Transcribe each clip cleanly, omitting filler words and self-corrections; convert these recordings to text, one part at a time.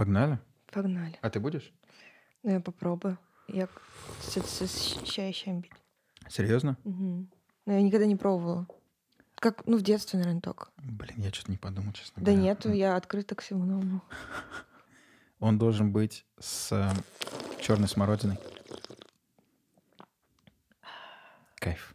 Погнали? Погнали. А ты будешь? Ну, я попробую. Я с щами бить. Серьезно? Мгм. Но я никогда не пробовала. Как, в детстве, наверное, только. Блин, я что-то не подумал, честно Да говоря. нет, я открыта ко всему новому. Он должен быть с черной смородиной. Кайф.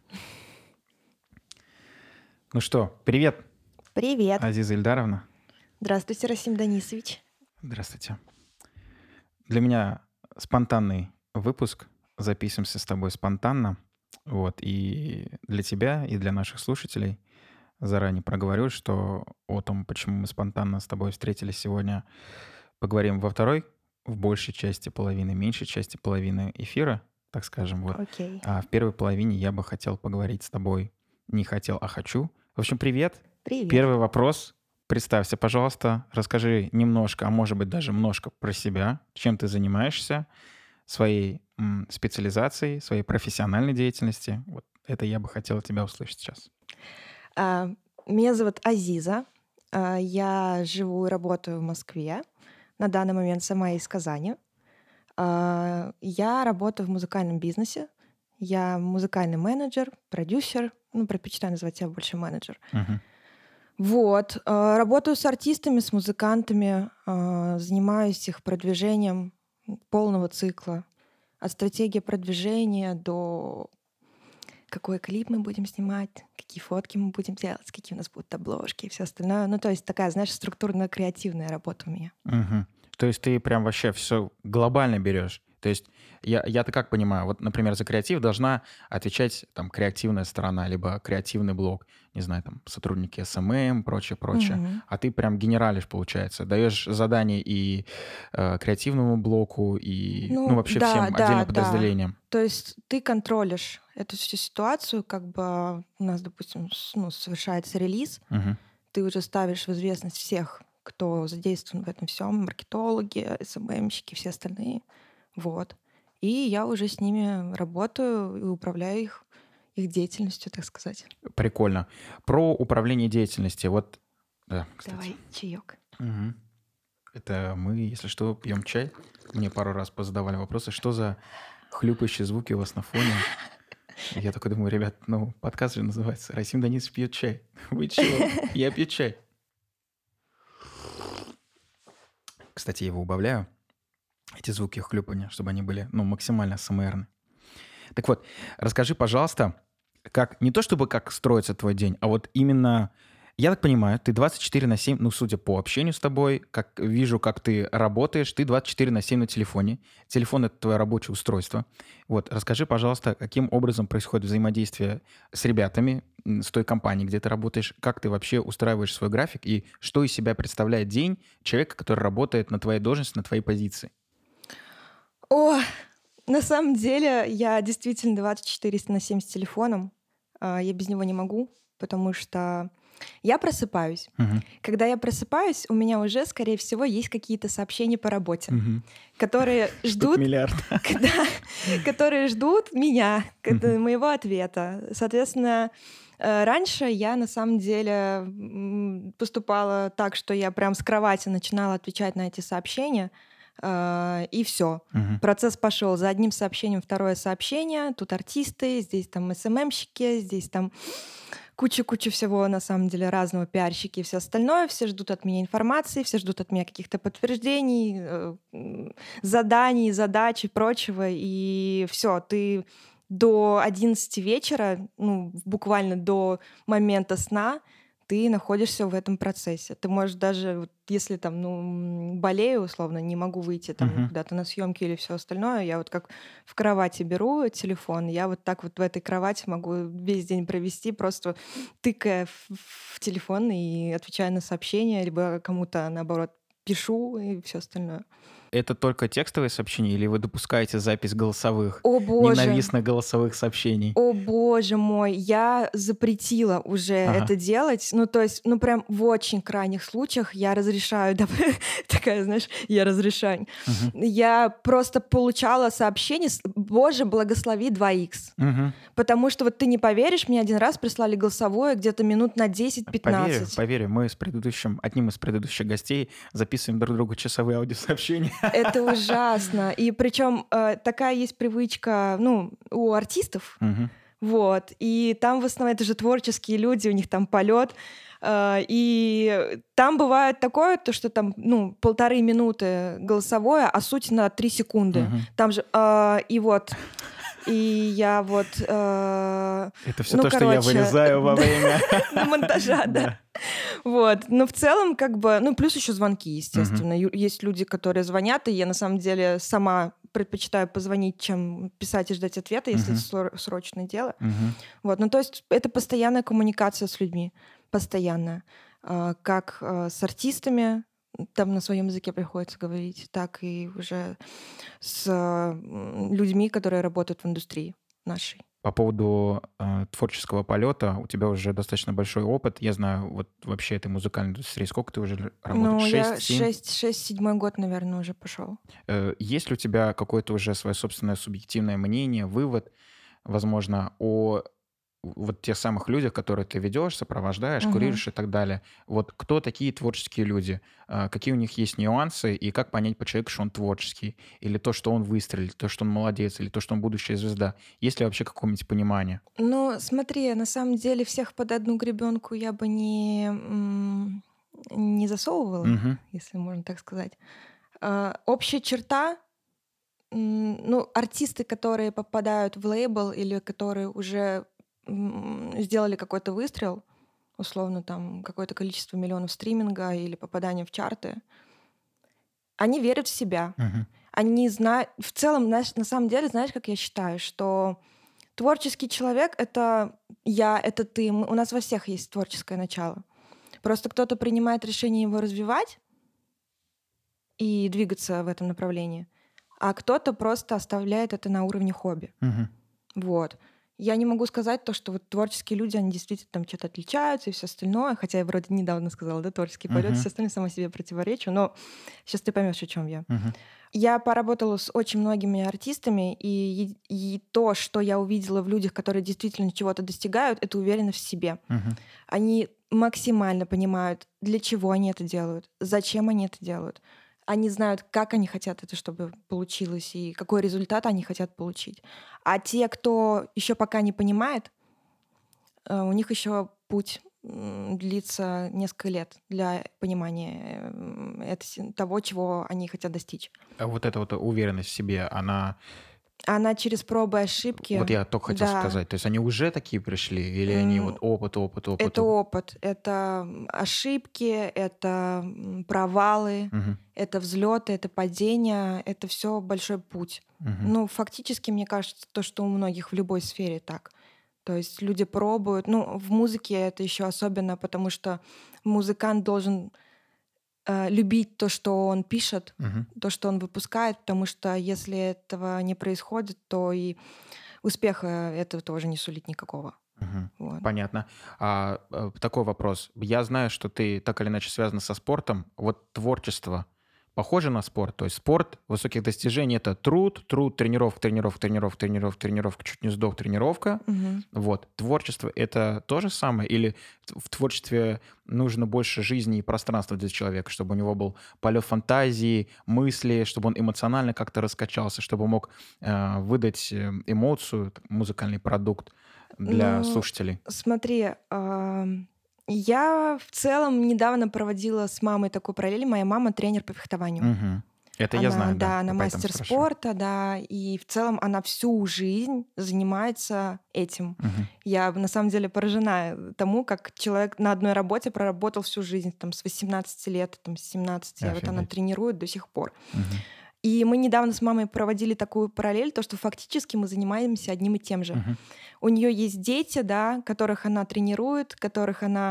Ну что, привет, Привет. Азиза Ильдаровна. Здравствуйте, Расим Данисович. Здравствуйте. Для меня спонтанный выпуск. Записываемся с тобой спонтанно. Вот. И для тебя, и для наших слушателей заранее проговорю, что о том, почему мы спонтанно с тобой встретились сегодня, поговорим во второй, в большей части половины, меньшей части половины эфира, так скажем. Вот. Окей. А в первой половине я бы хотел поговорить с тобой. Не хотел, а хочу. В общем, привет. Привет. Первый вопрос. Представься, пожалуйста, расскажи немножко, а может быть даже немножко про себя, чем ты занимаешься, своей специализацией, своей профессиональной деятельности. Вот это я бы хотел от тебя услышать сейчас. А, Меня зовут Азиза. Я живу и работаю в Москве. На данный момент сама из Казани. Я работаю в музыкальном бизнесе. Я музыкальный менеджер, продюсер. Предпочитаю называть себя больше менеджер. Мгм. Вот. Работаю с артистами, с музыкантами, занимаюсь их продвижением полного цикла. От стратегии продвижения до какой клип мы будем снимать, какие фотки мы будем делать, какие у нас будут обложки и все остальное. То есть такая, знаешь, структурно-креативная работа у меня. Мгм. То есть ты прям вообще все глобально берешь. То есть я-то как понимаю, вот, например, за креатив должна отвечать там креативная сторона, либо креативный блок, не знаю, там сотрудники СММ, прочее, прочее. Мгм. А ты прям генералишь, получается, даешь задание и креативному блоку, и вообще Да, всем отдельным да, да. подразделениям. То есть ты контролишь эту всю ситуацию, как бы у нас, допустим, совершается релиз, Мгм. ты уже ставишь в известность всех, кто задействован в этом всем, маркетологи, СММщики, все остальные. Вот. И я уже с ними работаю и управляю их деятельностью, так сказать. Прикольно. Про управление деятельностью. Вот, да, кстати. Давай чаек. Мгм. Это мы, если что, пьем чай. Мне пару раз позадавали вопросы, что за хлюпающие звуки у вас на фоне. Я такой думаю, ребят, подкаст же называется «Расим Данисович пьет чай». Вы чего? Я пью чай. Кстати, я его убавляю, эти звуки хлюпания, чтобы они были, максимально СМРны. Так вот, расскажи, пожалуйста, как, не то чтобы как строится твой день, а вот именно, я так понимаю, ты 24/7, судя по общению с тобой, как вижу, как ты работаешь, ты 24/7 на телефоне. Телефон — это твое рабочее устройство. Вот, расскажи, пожалуйста, каким образом происходит взаимодействие с ребятами, с той компанией, где ты работаешь, как ты вообще устраиваешь свой график и что из себя представляет день человека, который работает на твоей должности, на твоей позиции. О, на самом деле я действительно 24/7 с телефоном. Я без него не могу, потому что я просыпаюсь. Мгм. Когда я просыпаюсь, у меня уже, скорее всего, есть какие-то сообщения по работе, Мгм. которые Штук ждут, миллиард. которые ждут меня, Мгм. моего ответа. Соответственно, раньше я на самом деле поступала так, что я прям с кровати начинала отвечать на эти сообщения, и все. Мгм. Процесс пошел за одним сообщением, второе сообщение. Тут артисты, здесь там СММщики, здесь там куча всего, на самом деле, разного, пиарщики и все остальное. Все ждут от меня информации, все ждут от меня каких-то подтверждений, заданий, задач и прочего. И все, ты до 11 вечера, буквально до момента сна, ты находишься в этом процессе. Ты можешь даже, вот если там, болею, условно, не могу выйти там Мгм. куда-то на съемки или все остальное, я вот как в кровати беру телефон, я вот так вот в этой кровати могу весь день провести, просто тыкая в телефон и отвечая на сообщения, либо кому-то, наоборот, пишу и все остальное. Это только текстовые сообщения или вы допускаете запись голосовых, О боже, ненавистных голосовых сообщений? о боже мой, я запретила уже Ага. это делать. Ну, то есть, ну, прям в очень крайних случаях я разрешаю. Такая, знаешь, я разрешаю. Мгм. Я просто получала сообщение, боже, благослови 2х. Мгм. Потому что вот ты не поверишь, мне один раз прислали голосовое где-то минут на Поверю, 10-15. поверю, мы одним из предыдущих гостей записываем друг другу часовые аудиосообщения. Это ужасно. И причем такая есть привычка, ну, у артистов. Мгм. Вот. И там в основном это же творческие люди, у них там полет. И там бывает такое, то, что там, ну, 1,5 минуты голосовое, а суть на 3 секунды. Мгм. Там же и вот. И я вот... Это все ну, то, что я короче, вырезаю во время. монтажа, да. Да. Вот. Но в целом, как бы, ну, плюс еще звонки, Мгм. естественно. Есть люди, которые звонят, и я на самом деле сама предпочитаю позвонить, чем писать и ждать ответа, если это Мгм. срочное дело. Мгм. Вот. Ну, то есть это постоянная коммуникация с людьми. Постоянная. Как с артистами, там на своем языке приходится говорить, так и уже с людьми, которые работают в индустрии нашей. По поводу творческого полета, у тебя уже достаточно большой опыт. Я знаю, вот вообще этой музыкальной индустрии. Сколько ты уже работаешь? Ну, я 6-7? 6-7 год, наверное, уже пошел. Есть ли у тебя какое-то уже свое собственное субъективное мнение, вывод, возможно, о вот тех самых людях, которые ты ведешь, сопровождаешь, Мгм. курируешь и так далее? Вот кто такие творческие люди? Какие у них есть нюансы? И как понять по человеку, что он творческий? Или то, что он выстрелит, то, что он молодец, или то, что он будущая звезда? Есть ли вообще какое-нибудь понимание? Ну, смотри, на самом деле всех под одну гребенку я бы не засовывала, Мгм. если можно так сказать. Общая черта, ну, артисты, которые попадают в лейбл или которые уже сделали какой-то выстрел, условно там какое-то количество миллионов стриминга или попадания в чарты, они верят в себя. Мгм. Они знают... В целом, знаешь, на самом деле, знаешь, как я считаю, что творческий человек — это я, это ты. У нас во всех есть творческое начало. Просто кто-то принимает решение его развивать и двигаться в этом направлении, а кто-то просто оставляет это на уровне хобби. Мгм. Вот. Я не могу сказать то, что вот творческие люди, они действительно там что-то отличаются и все остальное. Хотя я вроде недавно сказала, да, творческий полет, Мгм. все остальное сама себе противоречу, но сейчас ты поймешь, о чем я. Мгм. Я поработала с очень многими артистами, и то, что я увидела в людях, которые действительно чего-то достигают, это уверенность в себе. Мгм. Они максимально понимают, для чего они это делают, зачем они это делают. Они знают, как они хотят это, чтобы получилось, и какой результат они хотят получить. А те, кто еще пока не понимает, у них еще путь длится несколько лет для понимания того, чего они хотят достичь. А вот эта вот уверенность в себе, она... Она через пробы и Вот ошибки, я только хотел да, сказать, то есть они уже такие пришли, или они вот м, опыт, опыт, опыт, это опыт? опыт, это ошибки, это провалы, Мгм. это взлеты, это падения, это все большой путь. Мгм. Ну, фактически, мне кажется, то, что у многих в любой сфере так. То есть люди пробуют. Ну, в музыке это еще особенно, потому что музыкант должен любить то, что он пишет, Мгм. то, что он выпускает, потому что если этого не происходит, то и успеха этого тоже не сулит никакого. Мгм. Вот. Понятно. Такой вопрос. Я знаю, что ты так или иначе связана со спортом. Вот творчество похоже на спорт? То есть спорт высоких достижений — это труд, труд, тренировка, тренировка, тренировка, тренировка, тренировка, чуть не сдох, тренировка. Мгм. Вот. Творчество — это то же самое? Или в творчестве нужно больше жизни и пространства для человека, чтобы у него был полет фантазии, мысли, чтобы он эмоционально как-то раскачался, чтобы он мог выдать эмоцию, музыкальный продукт для Ну, слушателей? смотри, я в целом недавно проводила с мамой такую параллель. Моя мама тренер по фехтованию. Мгм. Это я Она, знаю, да. да, она Я поэтому мастер спрашиваю. спорта, да, и в целом она всю жизнь занимается этим. Мгм. Я на самом деле поражена тому, как человек на одной работе проработал всю жизнь, там, с 18 лет, там, с 17, а вот она Офигеть. тренирует до сих пор. Мгм. И мы недавно с мамой проводили такую параллель, то, что фактически мы занимаемся одним и тем же. Мгм. У нее есть дети, да, которых она тренирует, которых она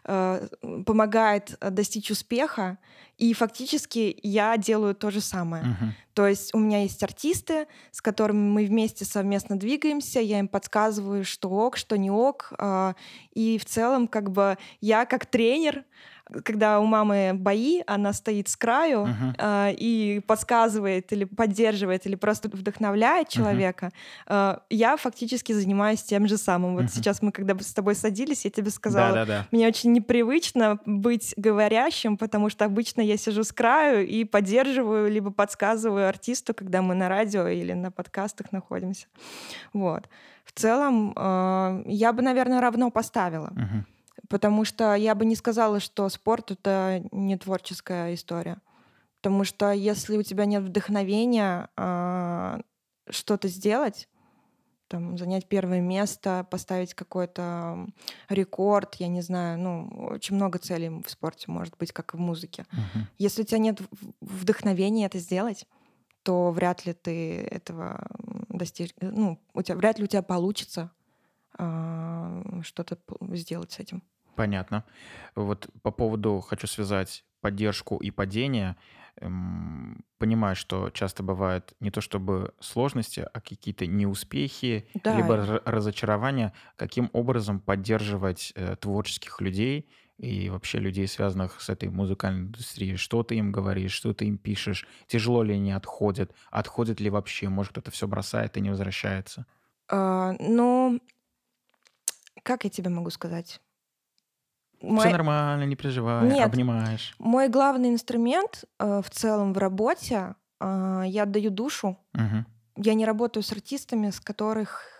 помогает достичь успеха, и фактически я делаю то же самое. Мгм. То есть у меня есть артисты, с которыми мы вместе совместно двигаемся, я им подсказываю, что ок, что не ок, и в целом как бы я как тренер, когда у мамы бои, она стоит с краю Мгм. и подсказывает или поддерживает, или просто вдохновляет Мгм. человека, я фактически занимаюсь тем же самым. Вот Мгм. сейчас мы, когда с тобой садились, я тебе сказала, Да-да-да. мне очень непривычно быть говорящим, потому что обычно я сижу с краю и поддерживаю, либо подсказываю артисту, когда мы на радио или на подкастах находимся. Вот. В целом, я бы, наверное, равно поставила. Мгм. Потому что я бы не сказала, что спорт — это не творческая история. Потому что если у тебя нет вдохновения что-то сделать, там, занять первое место, поставить какой-то рекорд, я не знаю, ну, очень много целей в спорте может быть, как и в музыке. Мгм. Если у тебя нет вдохновения это сделать, то вряд ли ты этого достиг, ну, вряд ли у тебя получится что-то сделать с этим. Понятно. Вот по поводу хочу связать поддержку и падение. Понимаю, что часто бывают не то чтобы сложности, а какие-то неуспехи, Да, либо разочарования. Каким образом поддерживать творческих людей и вообще людей, связанных с этой музыкальной индустрией? Что ты им говоришь, что ты им пишешь? Тяжело ли они отходят? Отходят ли вообще? Может, кто-то все бросает и не возвращается? ну, как я тебе могу сказать? Все Мой нормально, не переживай, Нет, обнимаешь. мой главный инструмент, в целом в работе, я отдаю душу. Мгм. Я не работаю с артистами, с которых,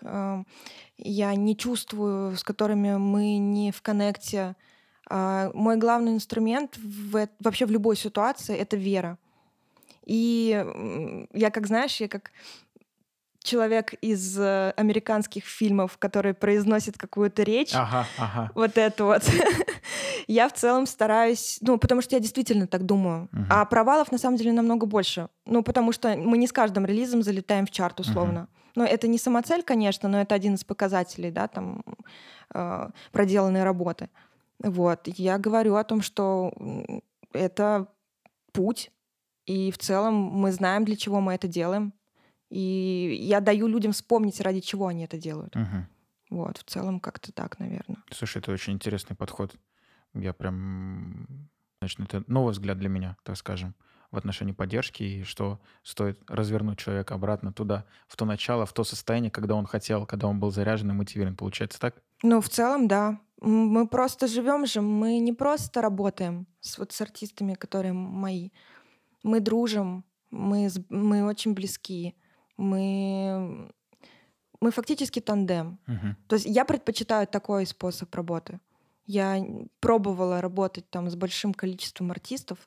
я не чувствую, с которыми мы не в коннекте. Мой главный инструмент вообще в любой ситуации — это вера. И, я как, знаешь, я как человек из, американских фильмов, который произносит какую-то речь, Ага, ага. вот это вот. Я в целом стараюсь, ну, потому что я действительно так думаю. Мгм, А провалов на самом деле намного больше. Ну, потому что мы не с каждым релизом залетаем в чарт мгм. условно. Но это не самоцель, конечно, но это один из показателей, да, там, проделанной работы. Вот. Я говорю о том, что это путь, и в целом мы знаем, для чего мы это делаем. И я даю людям вспомнить, ради чего они это делают. Мгм. Вот, в целом как-то так, наверное. Слушай, это очень интересный подход. Я значит, это новый взгляд для меня, так скажем, в отношении поддержки, и что стоит развернуть человека обратно туда, в то начало, в то состояние, когда он хотел, когда он был заряжен и мотивирован. Получается так? Ну, в целом, да. Мы просто живем же, мы не просто работаем с артистами, которые мои. Мы дружим, мы очень близки, мы, мы фактически тандем. Мгм, То есть я предпочитаю такой способ работы. Я пробовала работать там с большим количеством артистов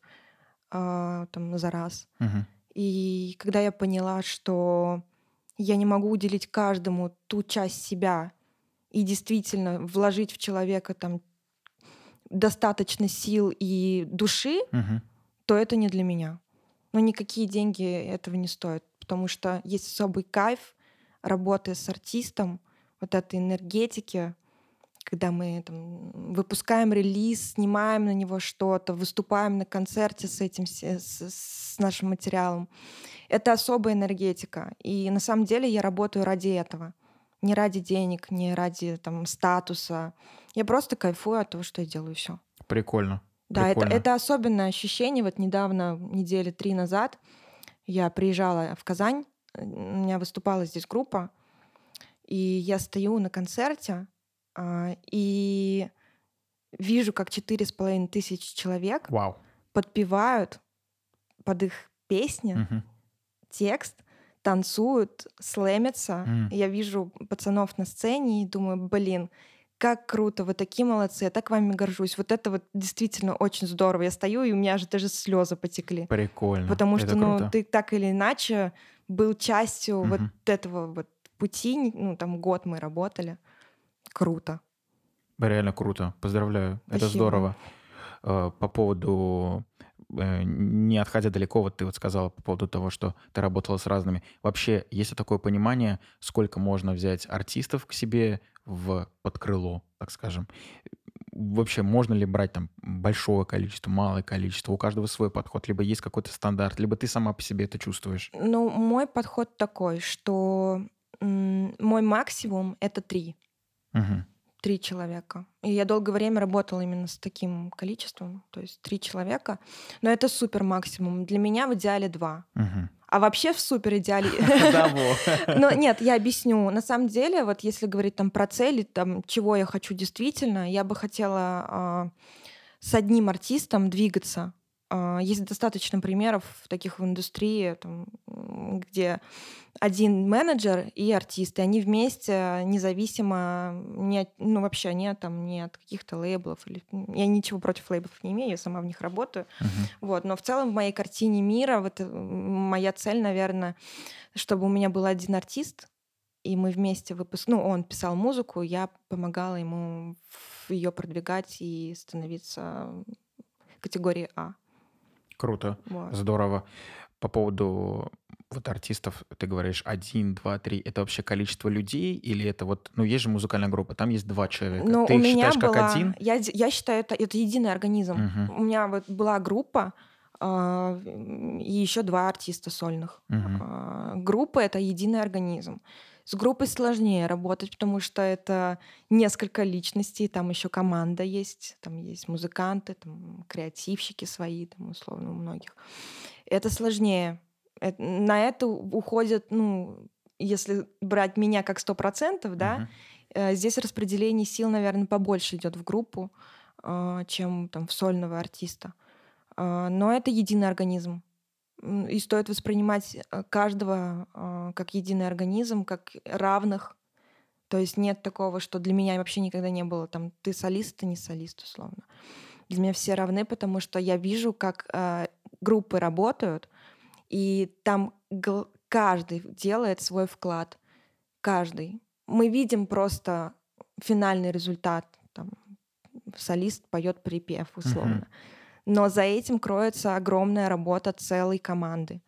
там за раз. мгм, И когда я поняла, что я не могу уделить каждому ту часть себя и действительно вложить в человека там достаточно сил и души, мгм. то это не для меня. Но никакие деньги этого не стоят, потому что есть особый кайф работы с артистом, вот этой энергетики, когда мы там выпускаем релиз, снимаем на него что-то, выступаем на концерте с этим, с нашим материалом. Это особая энергетика. И на самом деле я работаю ради этого. Не ради денег, не ради там, статуса. Я просто кайфую от того, что я делаю, все. Прикольно, Да, это, прикольно. это особенное ощущение. Вот недавно, недели 3 назад, я приезжала в Казань, у меня выступала здесь группа, и я стою на концерте, и вижу, как 4500 человек Вау. подпевают под их песни, Мгм, текст, танцуют, слэмятся. м. Я вижу пацанов на сцене и думаю, блин, как круто, вы такие молодцы, я так вами горжусь. Вот это вот действительно очень здорово. Я стою, и у меня аж даже слезы потекли. Прикольно. Потому что, Это ну, круто. ты так или иначе был частью вот Мгм. этого вот пути. Ну, там год мы работали. Круто. Реально круто. Поздравляю. Это Спасибо. здорово. По поводу не отходя далеко, вот ты вот сказала по поводу того, что ты работала с разными. Вообще, есть ли такое понимание, сколько можно взять артистов к себе под крыло, так скажем? Вообще, можно ли брать там большое количество, малое количество? У каждого свой подход. Либо есть какой-то стандарт, либо ты сама по себе это чувствуешь. Ну, мой подход такой, что мой максимум — это 3. Мгм. 3 человека. И я долгое время работала именно с таким количеством, то есть 3 человека. Но это супер максимум. Для меня в идеале 2. Мгм. А вообще в супер идеале... Одного. Но нет, я объясню. На самом деле, вот если говорить там про цели, там, чего я хочу действительно, я бы хотела с одним артистом двигаться. Есть достаточно примеров таких в индустрии, там, где один менеджер и артист, и они вместе независимо, ну вообще не от каких-то лейблов. Я ничего против лейблов не имею, я сама в них работаю. Мгм. Вот. Но в целом в моей картине мира вот, моя цель, наверное, чтобы у меня был один артист, и мы вместе Ну, он писал музыку, я помогала ему ее продвигать и становиться категории А. Круто, Вот. здорово. По поводу вот артистов, ты говоришь 1, 2, 3. Это вообще количество людей или это вот, ну, есть же музыкальная группа, там есть 2 человека. Но Ты у их меня считаешь как была... один? Я считаю, это единый организм. Мгм. У меня вот была группа, и еще 2 артиста сольных. Мгм. Группа — это единый организм. С группой сложнее работать, потому что это несколько личностей, там еще команда есть, там есть музыканты, там креативщики свои, там условно у многих. Это сложнее. На это уходит, ну, если брать меня как 100%, да, Мгм. здесь распределение сил, наверное, побольше идет в группу, чем там в сольного артиста. Но это единый организм. И стоит воспринимать каждого как единый организм, как равных. То есть нет такого, что для меня вообще никогда не было там ты солист, ты не солист, условно. Для меня все равны, потому что я вижу, как группы работают, и там каждый делает свой вклад. Каждый. Мы видим просто финальный результат. Там, солист поет припев, Мгм. условно. Но за этим кроется огромная работа целой команды.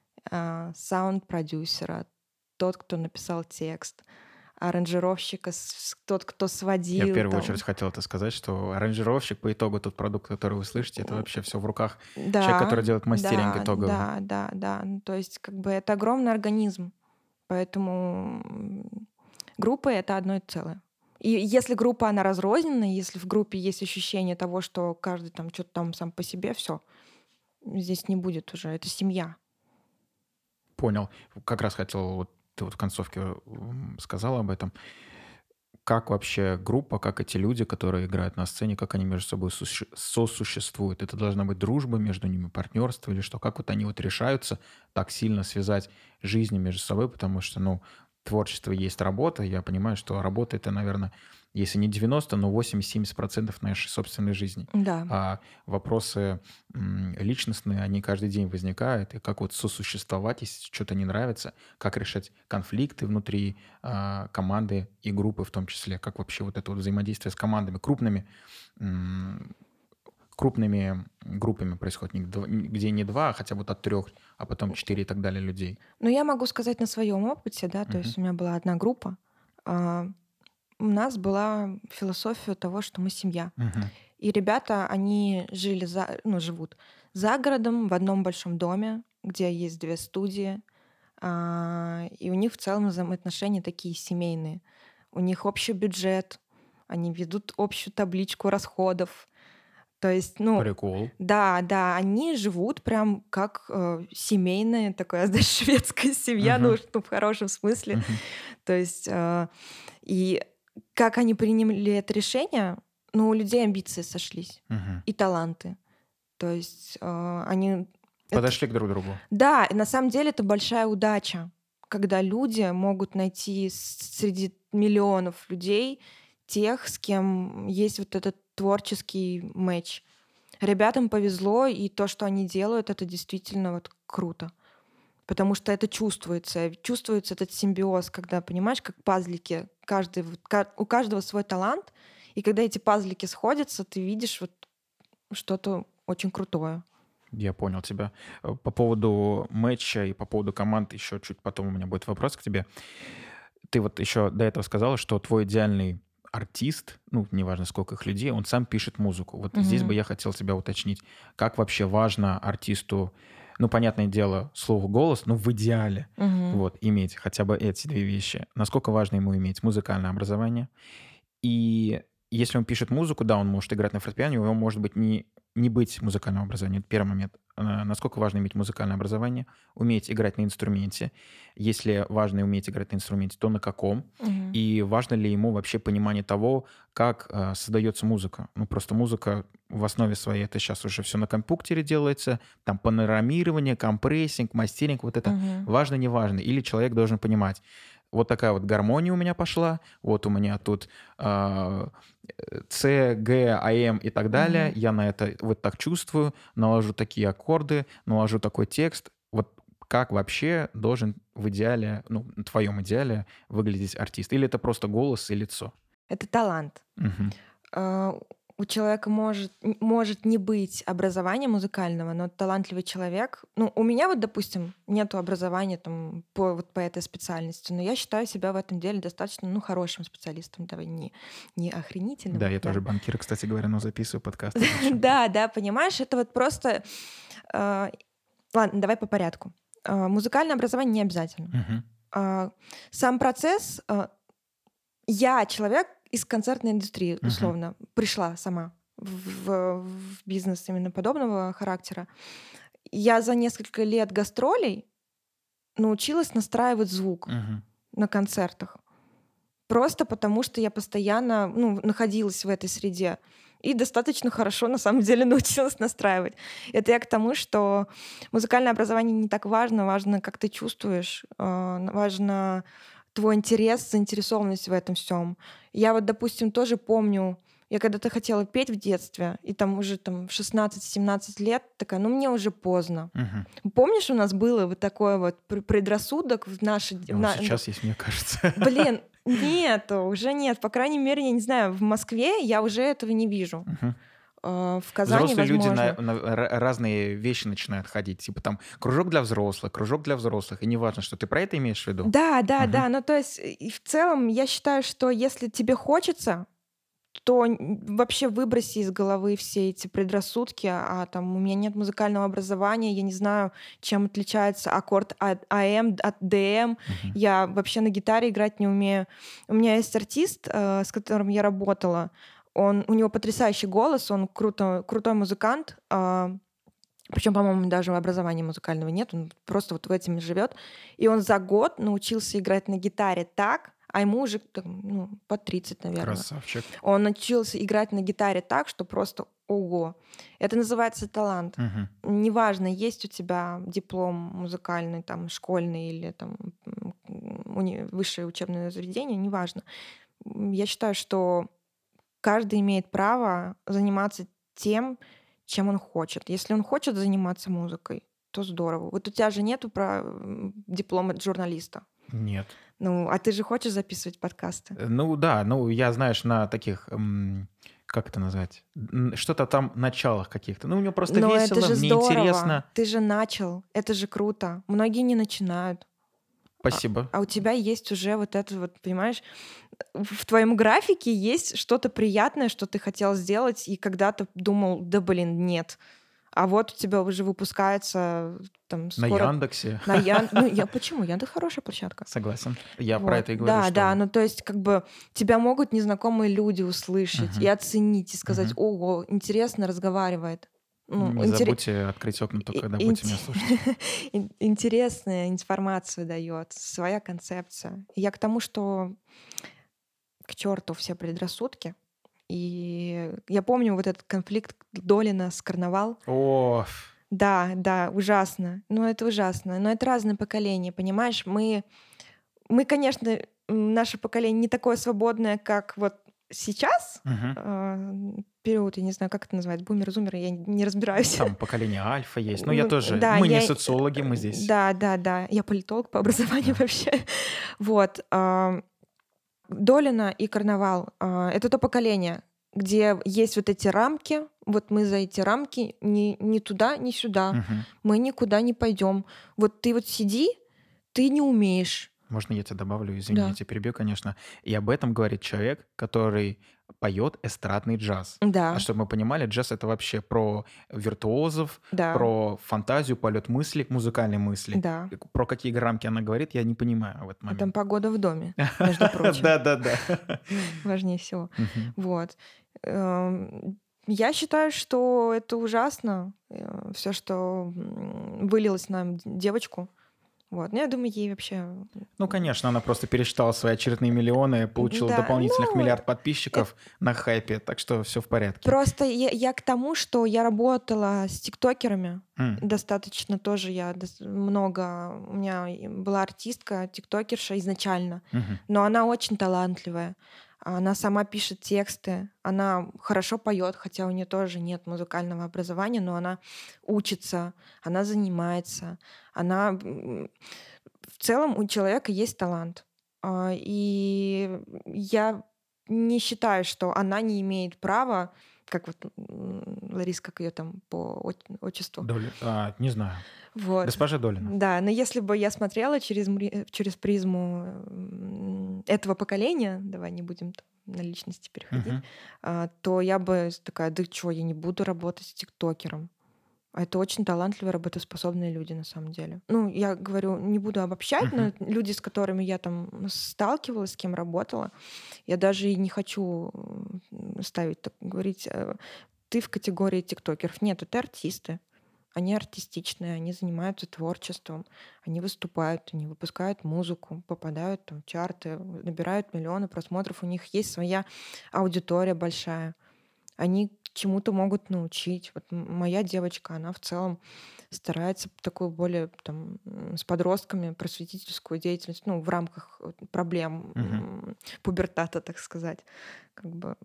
Саунд-продюсера, тот, кто написал текст, аранжировщика, тот, кто Я в сводил первую очередь там. хотел это сказать, что аранжировщик по итогу тот продукт, который вы слышите, это вообще все в руках человека, Да, который делает мастеринг да, итоговый. да, да, да. Ну, то есть как бы это огромный организм. Поэтому группа — это одно целое. И если группа, она разрозненная, если в группе есть ощущение того, что каждый там что-то там сам по себе, все, здесь не будет уже. Это семья. Понял. Как раз хотел, вот ты вот в концовке сказала об этом. Как вообще группа, как эти люди, которые играют на сцене, как они между собой сосуществуют? Это должна быть дружба между ними, партнерство или что? Как вот они вот решаются так сильно связать жизни между собой? Потому что, ну, творчество есть работа. Я понимаю, что работа — это, наверное, если не 90, но 80-70% нашей собственной жизни. Да. А вопросы личностные, они каждый день возникают. И как вот сосуществовать, если что-то не нравится, как решать конфликты внутри команды и группы в том числе, как вообще вот это вот взаимодействие с командами м, крупными группами происходит, где не 2, а хотя бы от 3, а потом 4 и так далее людей. Но я могу сказать на своем опыте, да, то Мгм. есть у меня была одна группа, а, у нас была философия того, что мы семья. Мгм. И ребята, они живут за городом в одном большом доме, где есть 2 студии, и у них в целом взаимоотношения такие семейные. У них общий бюджет, они ведут общую табличку расходов. То есть, ну, Прикол. да, да, они живут прям как семейная такая, знаешь, шведская семья, ну, Мгм. что в хорошем смысле. Мгм. То есть, и как они приняли это решение, ну, у людей амбиции сошлись Мгм. и таланты. То есть они... Подошли к друг другу. Да, и на самом деле это большая удача, когда люди могут найти среди миллионов людей тех, с кем есть вот этот творческий матч. Ребятам повезло, и то, что они делают, это действительно вот круто. Потому что это чувствуется. Чувствуется этот симбиоз, когда, понимаешь, как пазлики. У каждого свой талант. И когда эти пазлики сходятся, ты видишь вот что-то очень крутое. Я понял тебя. По поводу матча и по поводу команд еще чуть потом у меня будет вопрос к тебе. Ты вот еще до этого сказала, что твой идеальный артист, ну, неважно, сколько их людей, он сам пишет музыку. Вот здесь бы Мгм. я хотел тебя уточнить, как вообще важно артисту, ну, понятное дело, слово «голос», ну, в идеале, Мгм. вот, иметь хотя бы эти две вещи. Насколько важно ему иметь музыкальное образование? И если он пишет музыку, да, он может играть на фортепиано, у него может быть не быть музыкального образования. Это первый момент. Насколько важно иметь музыкальное образование, уметь играть на инструменте. Если важно уметь играть на инструменте, то на каком? Мгм. И важно ли ему вообще понимание того, как создается музыка? Ну, просто музыка в основе своей, это сейчас уже все на компьютере делается, там панорамирование, компрессинг, мастеринг, вот это Мгм. важно, не важно. Или человек должен понимать, вот такая вот гармония у меня пошла, вот у меня тут а, С, Г, АМ и так далее. Мгм. Я на это вот так чувствую, наложу такие аккорды, наложу такой текст. Вот как вообще должен в идеале, ну, в твоем идеале выглядеть артист? Или это просто голос и лицо? Это талант. Мгм. А, У человека может не быть образования музыкального, но талантливый человек. Ну, у меня вот, допустим, нету образования там по этой специальности, но я считаю себя в этом деле достаточно, ну, хорошим специалистом, давай не Да, охренительным, я да. тоже банкир, кстати говоря, но записываю подкасты, так что... Да, да, понимаешь, это вот просто. а, Ладно, давай по порядку. Музыкальное образование не обязательно. Мгм. А, Сам процесс. Я человек из концертной индустрии, Мгм. условно, пришла сама в бизнес именно подобного характера. Я за несколько лет гастролей научилась настраивать звук Мгм. на концертах. Просто потому, что я постоянно, ну, находилась в этой среде и достаточно хорошо, на самом деле, научилась настраивать. Это я к тому, что музыкальное образование не так важно, важно, как ты чувствуешь, важно твой интерес, заинтересованность в этом всем. Я вот, допустим, тоже помню, я когда-то хотела петь в детстве, и там уже там, в 16-17 лет такая, ну мне уже поздно. Мгм. Помнишь, у нас было вот такое вот предрассудок в наши... Ну, сейчас есть, мне кажется. Блин, нету, уже нет. По крайней мере, я не знаю, в Москве я уже этого не вижу. Мгм. В Казани, Взрослые люди на, возможно. на разные вещи начинают ходить. Типа там кружок для взрослых. И неважно, что ты про это имеешь в виду. Да, да, Мгм. да. Ну, то есть, и в целом, я считаю, что если тебе хочется, то вообще выброси из головы все эти предрассудки. Там у меня нет музыкального образования, я не знаю, чем отличается аккорд от АМ от ДМ. Мгм. Я вообще на гитаре играть не умею. У меня есть артист, с которым я работала. У него потрясающий голос, он крутой музыкант. Причем, по-моему, даже образования музыкального нет, он просто вот в этим живет. И он за год научился играть на гитаре так, а ему уже там, ну, под 30, наверное. Красавчик. Он научился играть на гитаре так, что просто ого. Это называется талант. Мгм. Неважно, есть у тебя диплом музыкальный, там, школьный или там высшее учебное заведение, неважно. Я считаю, что каждый имеет право заниматься тем, чем он хочет. Если он хочет заниматься музыкой, то здорово. Вот у тебя же нету диплома журналиста. Нет. Ну, а ты же хочешь записывать подкасты? Ну да, ну я, знаешь, на таких, как это назвать, что-то там началах каких-то. Ну, у него просто Но это весело, же мне здорово. интересно. Ты же начал. Это же круто. Многие не начинают. А, Спасибо. а у тебя есть уже вот это вот, понимаешь, в твоем графике есть что-то приятное, что ты хотел сделать, и когда-то думал, да блин, нет. А вот у тебя уже выпускается там На скоро Яндексе. на Ян... Ну, почему? Яндекс хорошая площадка. Согласен. Я про Вот. это и говорю, Да, да, что... ну то есть как бы тебя могут незнакомые люди услышать и Мгм. оценить, и сказать, Мгм. ого, интересно разговаривает. Ну, Не забудьте открыть окна только, и- когда будете инте- меня слушать. интересная информацию дает, своя концепция. И я к тому, что к черту все предрассудки. И я помню вот этот конфликт Долина с Карнавал. О, Да, да, ужасно. Ну, это ужасно. Но это разные поколения, понимаешь? Мы, конечно, наше поколение не такое свободное, как вот сейчас. мгм. Период, я не знаю, как это называть, бумеры, зумеры, я не Ну, разбираюсь. там поколение альфа есть. Ну, я Ну, тоже. да, Мы не социологи, мы здесь. да, да, да. Я политолог по образованию Да. вообще. Вот. Долина и Карнавал — это то поколение. где есть вот эти рамки, вот мы за эти рамки ни туда, ни сюда, Мгм. мы никуда не пойдем. Вот ты вот сиди, ты не умеешь. Можно я тебя добавлю? Извини, я Да, тебя перебью, конечно. И об этом говорит человек, который поет эстрадный джаз. А да, чтобы мы понимали, джаз — это вообще про виртуозов, да, про фантазию, полет мысли, музыкальной мысли. да. Про какие рамки она говорит, я не понимаю в этот А там момент. погода в доме, между прочим, Да-да-да. важнее всего. Мгм. Вот. Я считаю, что это ужасно, все, что вылилось на девочку. Вот. Ну, я думаю, ей вообще... Ну, конечно, она просто пересчитала свои очередные миллионы, получила Да, дополнительных ну, миллиард подписчиков на хайпе, так что все в порядке. просто я к тому, что я работала с тиктокерами. М, Достаточно тоже много. У меня была артистка, тиктокерша изначально, мгм. но она очень талантливая. Она сама пишет тексты, она хорошо поет, хотя у нее тоже нет музыкального образования, но она учится, она занимается, она в целом у человека есть талант. И я не считаю, что она не имеет права, как вот Ларис, как ее там по отчеству. Не знаю. Вот. Госпожа Долина. Да, но если бы я смотрела через призму этого поколения, давай не будем там на личности переходить, Мгм. то я бы такая, да что, я не буду работать с тиктокером. А это очень талантливые, работоспособные люди на самом деле. Ну, я говорю, не буду обобщать, Мгм. но люди, с которыми я там сталкивалась, с кем работала, я даже и не хочу ставить, так говорить, ты в категории тиктокеров. Нет, это артисты. Они артистичные, они занимаются творчеством, они выступают, они выпускают музыку, попадают там в чарты, набирают миллионы просмотров, у них есть своя аудитория большая. Они чему-то могут научить. Вот моя девочка, она в целом старается такую более там с подростками просветительскую деятельность, ну, в рамках проблем Мгм. пубертата, так сказать. Как бы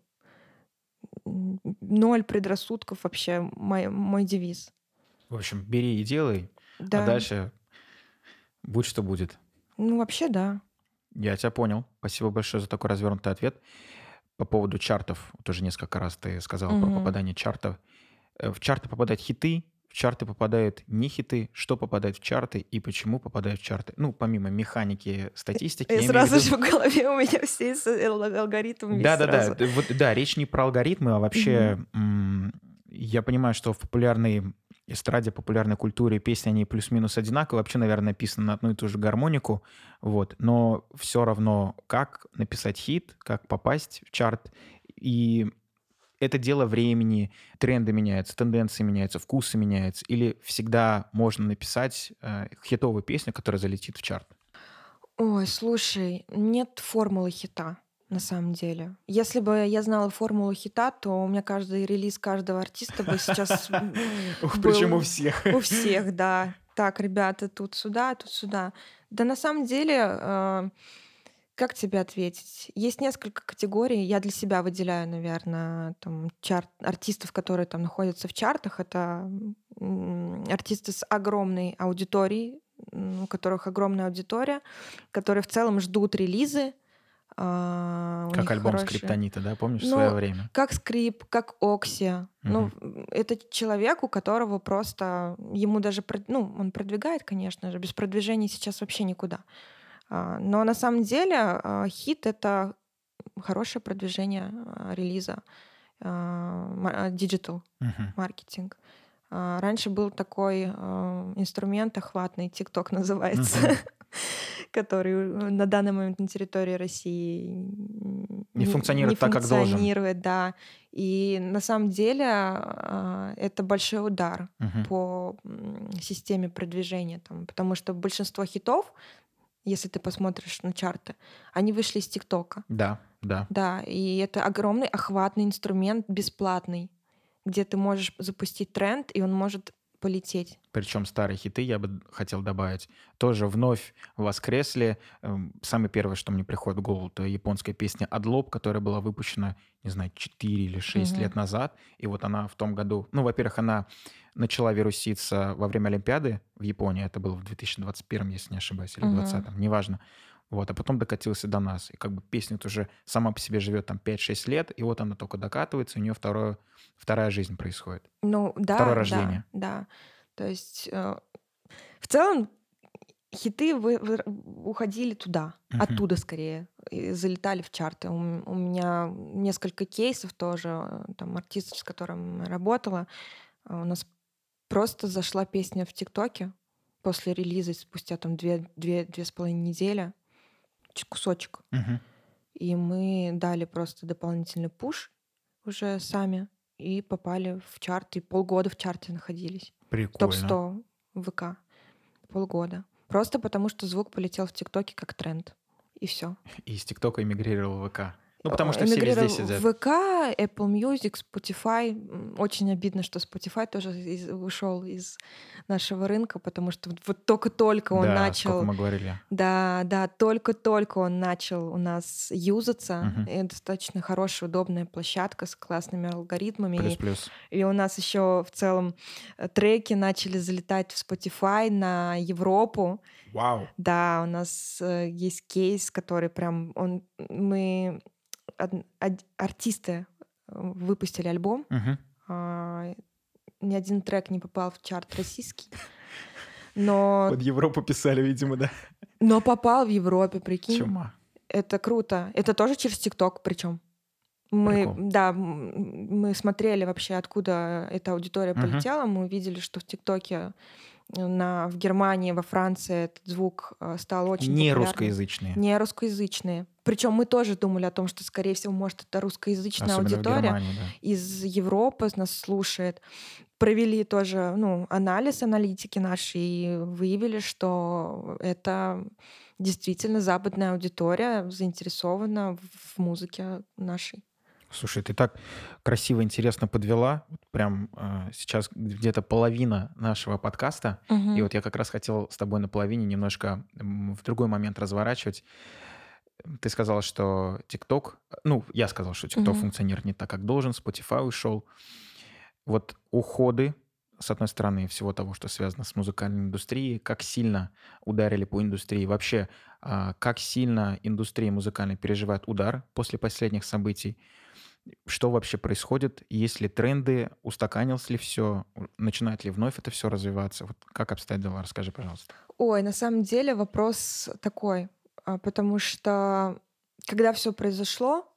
ноль предрассудков вообще мой девиз. В общем, бери и делай, а Да, дальше будь что будет. ну вообще да. Я тебя понял. Спасибо большое за такой развернутый ответ. По поводу чартов, вот уже несколько раз ты сказал про Мгм. попадание чартов. В чарты попадают хиты, в чарты попадают не хиты, что попадает в чарты и почему попадают в чарты. Ну, помимо механики статистики, И я имею в сразу виду... же в голове у меня все алгоритм весь Да-да-да, сразу. да, речь не про алгоритмы, а Мгм. вообще я понимаю, что в популярной эстраде, популярной культуре песни, они плюс-минус одинаковые, вообще, наверное, написаны на одну и ту же гармонику, вот, но все равно, как написать хит, как попасть в чарт, и это дело времени, тренды меняются, тенденции меняются, вкусы меняются, или всегда можно написать хитовую песню, которая залетит в чарт? Ой, слушай, нет формулы хита на самом деле. Если бы я знала формулу хита, то у меня каждый релиз каждого артиста бы сейчас Причем у был всех. у всех, да. Так, ребята, тут сюда, тут сюда. Да на самом деле, как тебе ответить? Есть несколько категорий. Я для себя выделяю, наверное, там артистов, которые там находятся в чартах. Это артисты с огромной аудиторией, у которых огромная аудитория, которые в целом ждут релизы, у Как них альбом хорошие. Скриптонита, да, помнишь, в свое Ну, время? как Скрип, как Окси. Ну, Мгм. это человек, у которого просто ему даже, ну, он продвигает, конечно же, без продвижения сейчас вообще никуда. Но на самом деле хит — это хорошее продвижение релиза, диджитал Мгм. маркетинг. Раньше был такой инструмент охватный, TikTok называется, Мгм. который на данный момент на территории России Не не функционирует так, как должен. функционирует, да. И на самом деле это большой удар Мгм. по системе продвижения, там, потому что большинство хитов, если ты посмотришь на чарты, они вышли из ТикТока. Да, да. Да, и это огромный охватный инструмент, бесплатный, где ты можешь запустить тренд, и он может полететь. Причем старые хиты, я бы хотел добавить, тоже вновь воскресли. Самое первое, что мне приходит в голову, это японская песня «Адлоб», которая была выпущена, не знаю, 4 или 6 Мгм. лет назад. И вот она в том году... Ну, во-первых, она начала вируситься во время Олимпиады в Японии. Это было в 2021, если не ошибаюсь, или в Мгм. 2020, неважно. Вот, а потом докатился до нас. И как бы песня уже сама по себе живет там 5-6 лет, и вот она только докатывается, у нее вторая жизнь происходит. Ну Второе да, да, рождение. да. То есть в целом хиты уходили туда, Мгм. оттуда скорее, и залетали в чарты. У меня несколько кейсов тоже, там артистов, с которыми я работала. У нас просто зашла песня в ТикТоке после релиза, спустя там 2-2,5 недели, кусочек. Мгм. И мы дали просто дополнительный пуш уже сами и попали в чарт, и полгода в чарте находились. Прикольно. Топ-100 ВК. Полгода. Просто потому, что звук полетел в ТикТоке как тренд. И все. И из ТикТока эмигрировал в ВК. Ну, потому что все везде Эмигрировал сидят. в ВК, Apple Music, Spotify. Очень обидно, что Spotify тоже ушел из нашего рынка, потому что вот только-только он Да, сколько начал, мы говорили. да, да, только-только он начал у нас юзаться. Мгм. И достаточно хорошая, удобная площадка с классными алгоритмами. Плюс-плюс. И у нас еще в целом треки начали залетать в Spotify на Европу. Вау. Да, у нас есть кейс, который прям мы артисты выпустили альбом, Мгм. а, ни один трек не попал в чарт российский, но, Под Европу писали, видимо, да? но попал в Европе, прикинь. Чума. Это круто. Это тоже через ТикТок причем. Прикол. Мы смотрели вообще, откуда эта аудитория Мгм. полетела. Мы увидели, что в ТикТоке в Германии, во Франции этот звук стал очень Не популярным. русскоязычные. Не русскоязычные. Причем мы тоже думали о том, что, скорее всего, может, это русскоязычная Особенно в аудитория Германии, да. из Европы нас слушает. Провели тоже анализ аналитики наши и выявили, что это действительно западная аудитория заинтересована в музыке нашей. Слушай, ты так красиво, интересно подвела. Вот прям сейчас где-то половина нашего подкаста. И Мгм. вот я как раз хотел с тобой на половине немножко в другой момент разворачивать. Ты сказала, что TikTok, ну, я сказал, что TikTok Мгм. функционирует не так, как должен, Spotify ушел. Вот уходы, с одной стороны, всего того, что связано с музыкальной индустрией, как сильно ударили по индустрии. Вообще, как сильно индустрия музыкальная переживает удар после последних событий. Что вообще происходит? Есть ли тренды? Устаканилось ли все? Начинает ли вновь это все развиваться? Вот как обстоят дела? Расскажи, пожалуйста. Ой, на самом деле вопрос такой, потому что когда все произошло,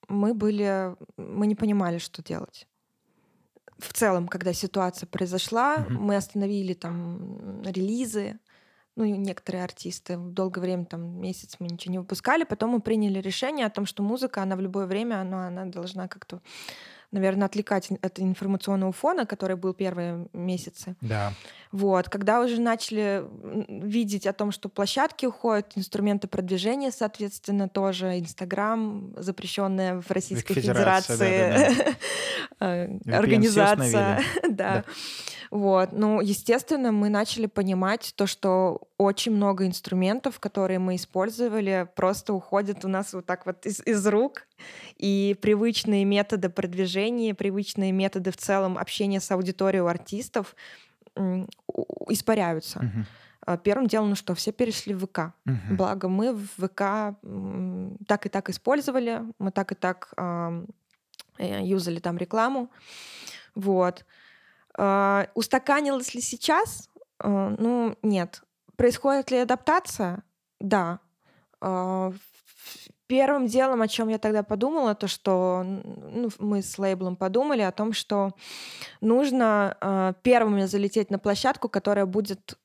мы не понимали, что делать. В целом, когда ситуация произошла, Мгм. мы остановили там релизы, ну и некоторые артисты долгое время, там месяц мы ничего не выпускали, потом мы приняли решение о том, что музыка, она в любое время, она должна как-то, наверное, отвлекать от информационного фона, который был первые месяцы. Да. Вот. Когда уже начали видеть о том, что площадки уходят, инструменты продвижения, соответственно, тоже Инстаграм, запрещенная в Российской Федерация, Федерации да-да-да. VPN все организация, установили. да. Да. Вот. Ну, естественно, мы начали понимать то, что очень много инструментов, которые мы использовали, просто уходят у нас вот так вот из рук. И привычные методы продвижения, привычные методы в целом общения с аудиторией у артистов испаряются. Мгм. Первым делом, ну что, все перешли в ВК. Мгм. Благо мы в ВК так и так использовали, мы так и так юзали там рекламу. Вот. Устаканилось ли сейчас? Ну, нет. Происходит ли адаптация? Да. Первым делом, о чем я тогда подумала, то что мы с лейблом подумали о том, что нужно первыми залететь на площадку, которая будет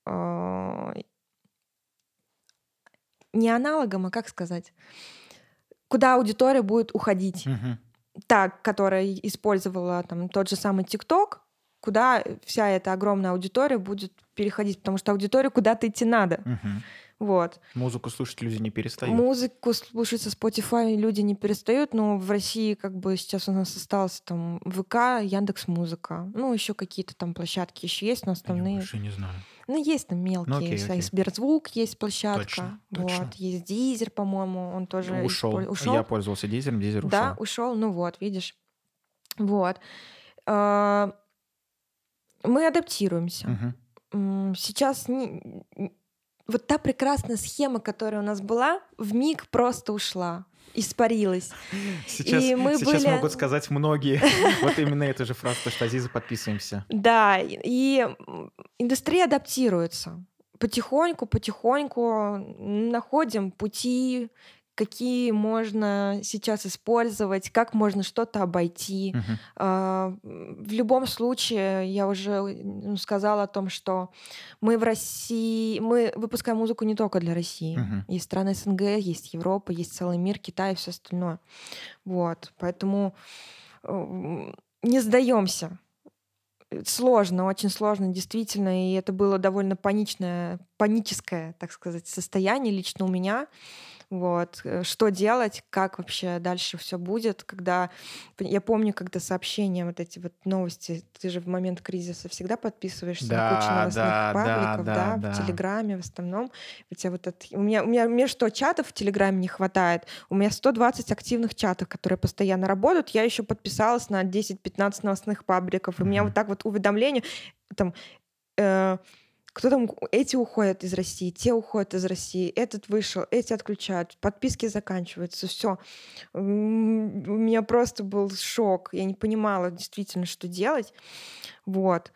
не аналогом, а как сказать, куда аудитория будет уходить. Мгм. Та, которая использовала там тот же самый ТикТок, куда вся эта огромная аудитория будет переходить, потому что аудиторию куда-то идти надо. Мгм. Вот. Музыку слушать люди не перестают. Музыку слушать со Spotify люди не перестают, но в России как бы сейчас у нас остался там ВК, Яндекс.Музыка. Ну, еще какие-то там площадки еще есть, но Я основные. больше не знаю. Ну, есть там Ну, мелкие. окей, окей. Сберзвук есть площадка. Точно, Вот. точно. Есть Дизер, по-моему, он тоже Ушел. ушел. Я пользовался Дизером, Дизер Да, ушел. ушел. Ну вот, видишь. Вот. А, Мы адаптируемся. Мгм. Сейчас вот та прекрасная схема, которая у нас была, вмиг просто ушла, испарилась. Сейчас, И мы сейчас были... могут сказать многие вот именно эту же фразу, то, что Азиза, подписываемся. Да, и индустрия адаптируется. Потихоньку находим пути, какие можно сейчас использовать, как можно что-то обойти. Мгм. В любом случае, я уже сказала о том, что мы в России, мы выпускаем музыку не только для России. Мгм. Есть страны СНГ, есть Европа, есть целый мир, Китай и все остальное. Вот, поэтому не сдаемся. Сложно, очень сложно, действительно, и это было довольно паническое, так сказать, состояние лично у меня. Вот. Что делать, как вообще дальше все будет, когда... Я помню, когда сообщения, вот эти вот новости, ты же в момент кризиса всегда подписываешься на кучу Да, новостных да, да, пабликов, да, да, в да. Телеграме в основном. У тебя вот мне что, чатов в Телеграме не хватает? У меня 120 активных чатов, которые постоянно работают. Я еще подписалась на 10-15 новостных пабликов, и у меня вот Мгм. так вот уведомления, там, э, кто там, эти уходят из России, те уходят из России, этот вышел, эти отключают, подписки заканчиваются, все. У меня просто был шок, я не понимала действительно, что делать. Вот.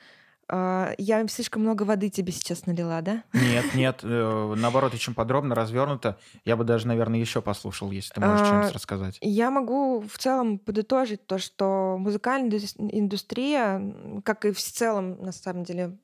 Я слишком много воды тебе сейчас налила, да? Нет, нет, наоборот, очень подробно, развернуто. Я бы даже, наверное, еще послушал, если ты можешь что-нибудь А, рассказать. Я могу в целом подытожить то, что музыкальная индустрия, как и в целом, на самом деле,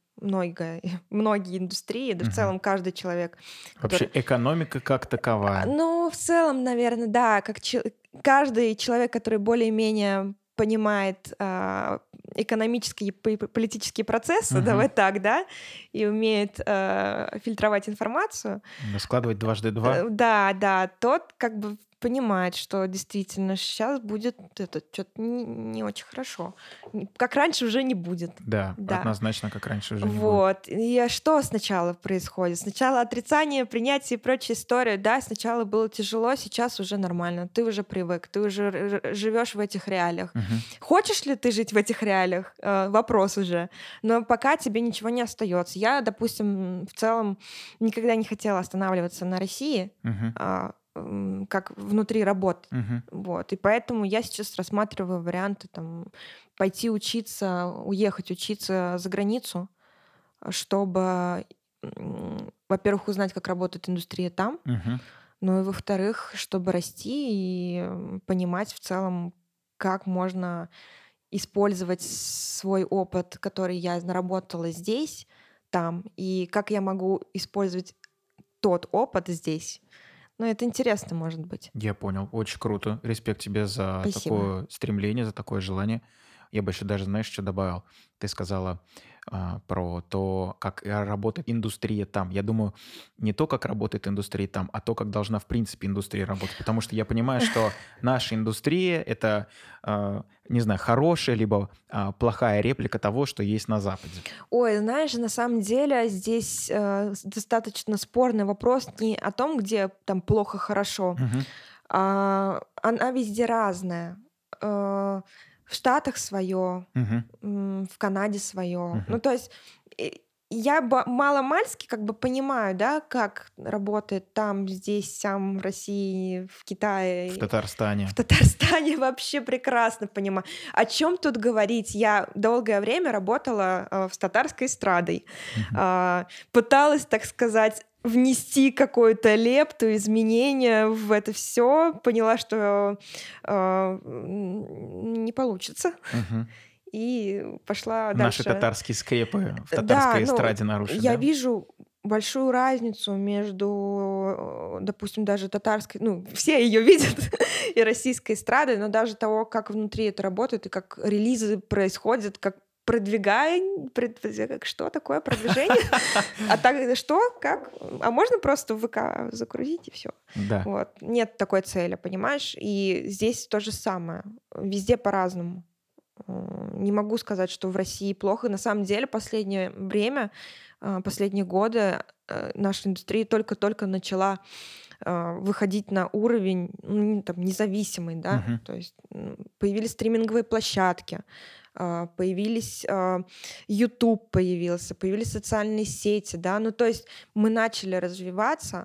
многие индустрии, да в Мгм. целом каждый человек, Вообще который... экономика как таковая. Ну, в целом, наверное, да, каждый человек, который более-менее понимает экономические и политические процессы, Мгм. давай так, да, и умеет фильтровать информацию, Да, складывать дважды два. да, да, тот как бы понимает, что действительно сейчас будет это что-то не очень хорошо. Как раньше уже не будет. Да, Да. однозначно, как раньше уже не будет. Вот. И что сначала происходит? Сначала отрицание, принятие и прочая история. Да, сначала было тяжело, сейчас уже нормально. Ты уже привык, ты уже живешь в этих реалиях. Мгм. Хочешь ли ты жить в этих реалиях? Вопрос уже. Но пока тебе ничего не остается. Я, допустим, в целом никогда не хотела останавливаться на России, Мгм. как внутри работы. Мгм. Вот. И поэтому я сейчас рассматриваю варианты там, пойти учиться, уехать учиться за границу, чтобы, во-первых, узнать, как работает индустрия там, Мгм. ну и во-вторых, чтобы расти и понимать в целом, как можно использовать свой опыт, который я наработала здесь, там, и как я могу использовать тот опыт здесь. Ну, это интересно, может быть. Я понял. Очень круто. Респект тебе за Спасибо. такое стремление, за такое желание. Я бы еще даже, знаешь, что добавил? Ты сказала про то, как работает индустрия там. Я думаю, не то, как работает индустрия там, а то, как должна в принципе индустрия работать. Потому что я понимаю, что наша индустрия — это, не знаю, хорошая либо плохая реплика того, что есть на Западе. Ой, знаешь, на самом деле здесь достаточно спорный вопрос не о том, где там плохо-хорошо, Мгм. она везде разная. В Штатах свое, Мгм. в Канаде свое. Ну, Мгм. то есть я мало-мальски как бы понимаю, да, как работает там, здесь, сам, в России, в В Китае, в Татарстане. Татарстане вообще прекрасно понимаю. О чем тут говорить? Я долгое время работала с татарской эстрадой. Мгм. Пыталась, так сказать, внести какую-то лепту, изменения в это все. Поняла, что не получится. Мгм. И пошла Наши дальше. татарские скрепы в Да, татарской ну, эстраде нарушили, я да? вижу большую разницу между, допустим, даже татарской, ну, все ее видят, и российской эстрадой, но даже того, как внутри это работает, и как релизы происходят, как что такое продвижение? А так что? Как? А можно просто в ВК загрузить и все? Да. Вот. Нет такой цели, понимаешь? И здесь то же самое. Везде по-разному. Не могу сказать, что в России плохо. На самом деле, последнее время, последние годы наша индустрия только-только начала выходить на уровень там, независимый, да, Мгм. то есть появились стриминговые площадки, появились YouTube появились социальные сети, да, ну то есть мы начали развиваться,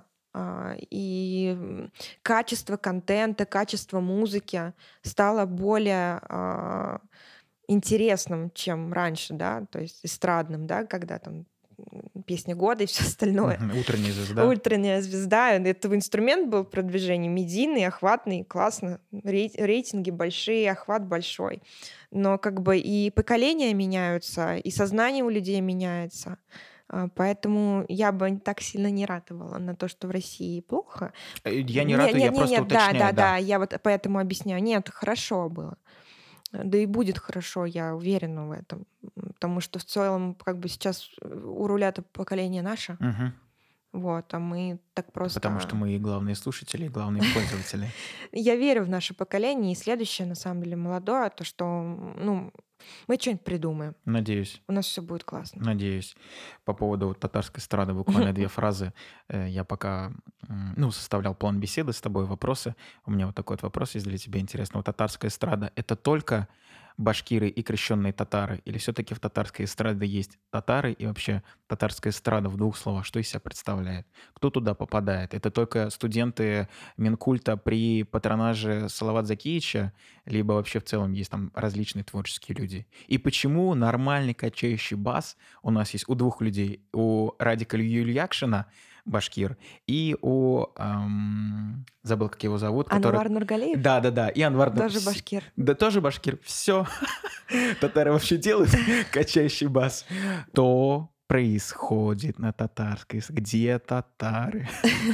и качество контента, качество музыки стало более интересным, чем раньше, да, то есть эстрадным, да, когда там песня года и все остальное. Утренняя звезда. Утренняя звезда. Это инструмент был продвижения медийный, охватный, классно. Рейтинги большие, охват большой. Но как бы и поколения меняются, и сознание у людей меняется. Поэтому я бы так сильно не ратовала на то, что в России плохо. Я не ратую, я просто уточняю. Да, я вот поэтому объясняю. Нет, хорошо было. Да и будет хорошо, я уверена в этом. Потому что в целом как бы сейчас у руля-то поколение наше. Мгм. Вот, а мы так Потому что просто... мы и главные слушатели, и главные пользователи. Я верю в наше поколение, и следующее, на самом деле, молодое, то, что ну, мы что-нибудь придумаем. Надеюсь. У нас все будет классно. Надеюсь. По поводу вот татарской эстрады буквально 2 фразы. Я пока составлял план беседы с тобой, вопросы. У меня вот такой вот вопрос есть для тебя интересно. Вот татарская эстрада — это только башкиры и крещенные татары? Или все-таки в татарской эстраде есть татары? И вообще татарская эстрада в 2 словах, что из себя представляет? Кто туда попадает? Это только студенты Минкульта при патронаже Салават Закиевича? Либо вообще в целом есть там различные творческие люди? И почему нормальный качающий бас у нас есть у 2 людей? У Радика Юльякшина, башкир, и у... забыл, как его зовут. Анвар Нургалиев? Да, и Анвар... Тоже башкир. Да, тоже башкир. Все. Татары вообще делают качающий бас. То происходит на татарской? Где татары?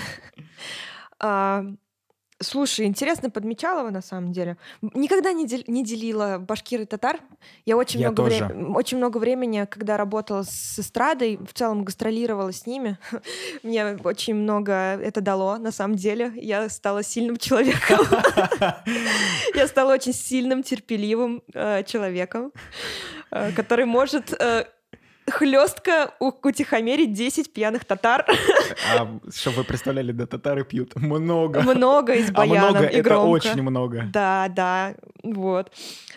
Слушай, интересно подмечала на самом деле. Никогда не делила башкир и татар. Я очень Я много, тоже. очень много времени, когда работала с эстрадой, в целом гастролировала с ними. Мне очень много это дало, на самом деле. Я стала сильным человеком. Я стала очень сильным, терпеливым человеком, который может хлестко утихомирить 10 пьяных татар. Чтобы вы представляли, да, татары пьют много. Много и с баяном, много — и это громко. очень много. Да, вот.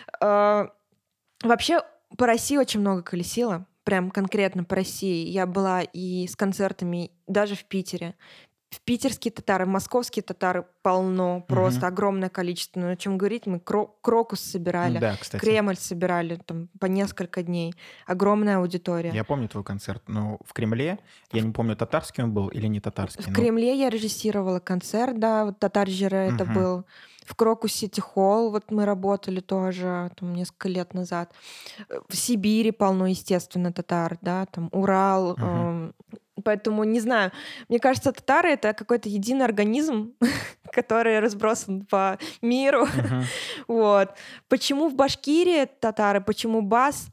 Вообще по России очень много колесила. Прям конкретно по России. Я была и с концертами даже в Питере. В питерские татары, московские татары полно, просто огромное количество. Ну, о чем говорить, мы крокус собирали, Да, кстати. Кремль собирали там по несколько дней. Огромная аудитория. Я помню твой концерт, но в Кремле, я не помню, татарский он был или не татарский. В Кремле я режиссировала концерт, да, вот Татар-Жире это был. В Крокус Сити Холл вот мы работали тоже там несколько лет назад. В Сибири полно, естественно, татар, да, там Урал. Поэтому, не знаю, мне кажется, татары — это какой-то единый организм, который разбросан по миру. Вот. Почему в Башкирии татары, почему бас?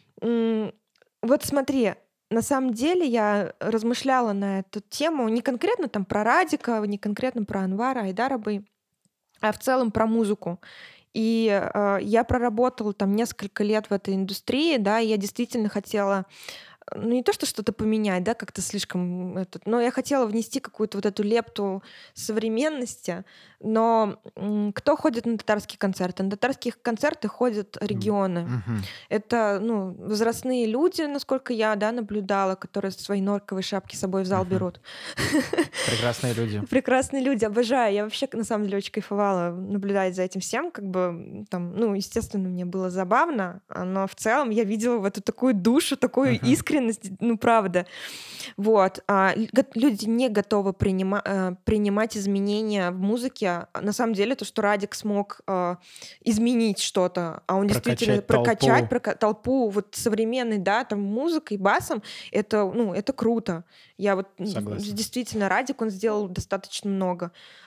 Вот смотри, на самом деле я размышляла на эту тему не конкретно там про Радика, не конкретно про Анвара Айдарабы, а в целом про музыку. И я проработала там несколько лет в этой индустрии, да, и я действительно хотела, ну не то, что что-то поменять, да, как-то слишком, но я хотела внести какую-то вот эту лепту современности. Но кто ходит на татарские концерты? На татарские концерты ходят регионы. Это, ну, возрастные люди, насколько я, да, наблюдала, которые свои норковые шапки с собой в зал берут. Прекрасные люди. Прекрасные люди, обожаю. Я вообще, на самом деле, очень кайфовала наблюдать за этим всем. Как бы, там, ну, естественно, мне было забавно, но в целом я видела в эту такую душу, такую искренность, ну, правда. Вот. Люди не готовы принимать изменения в музыке. На самом деле, то, что Радик смог изменить что-то, а он действительно прокачать толпу вот современной, да, там, музыкой, басом, это, ну, это круто. Я вот действительно, Радик, он сделал достаточно много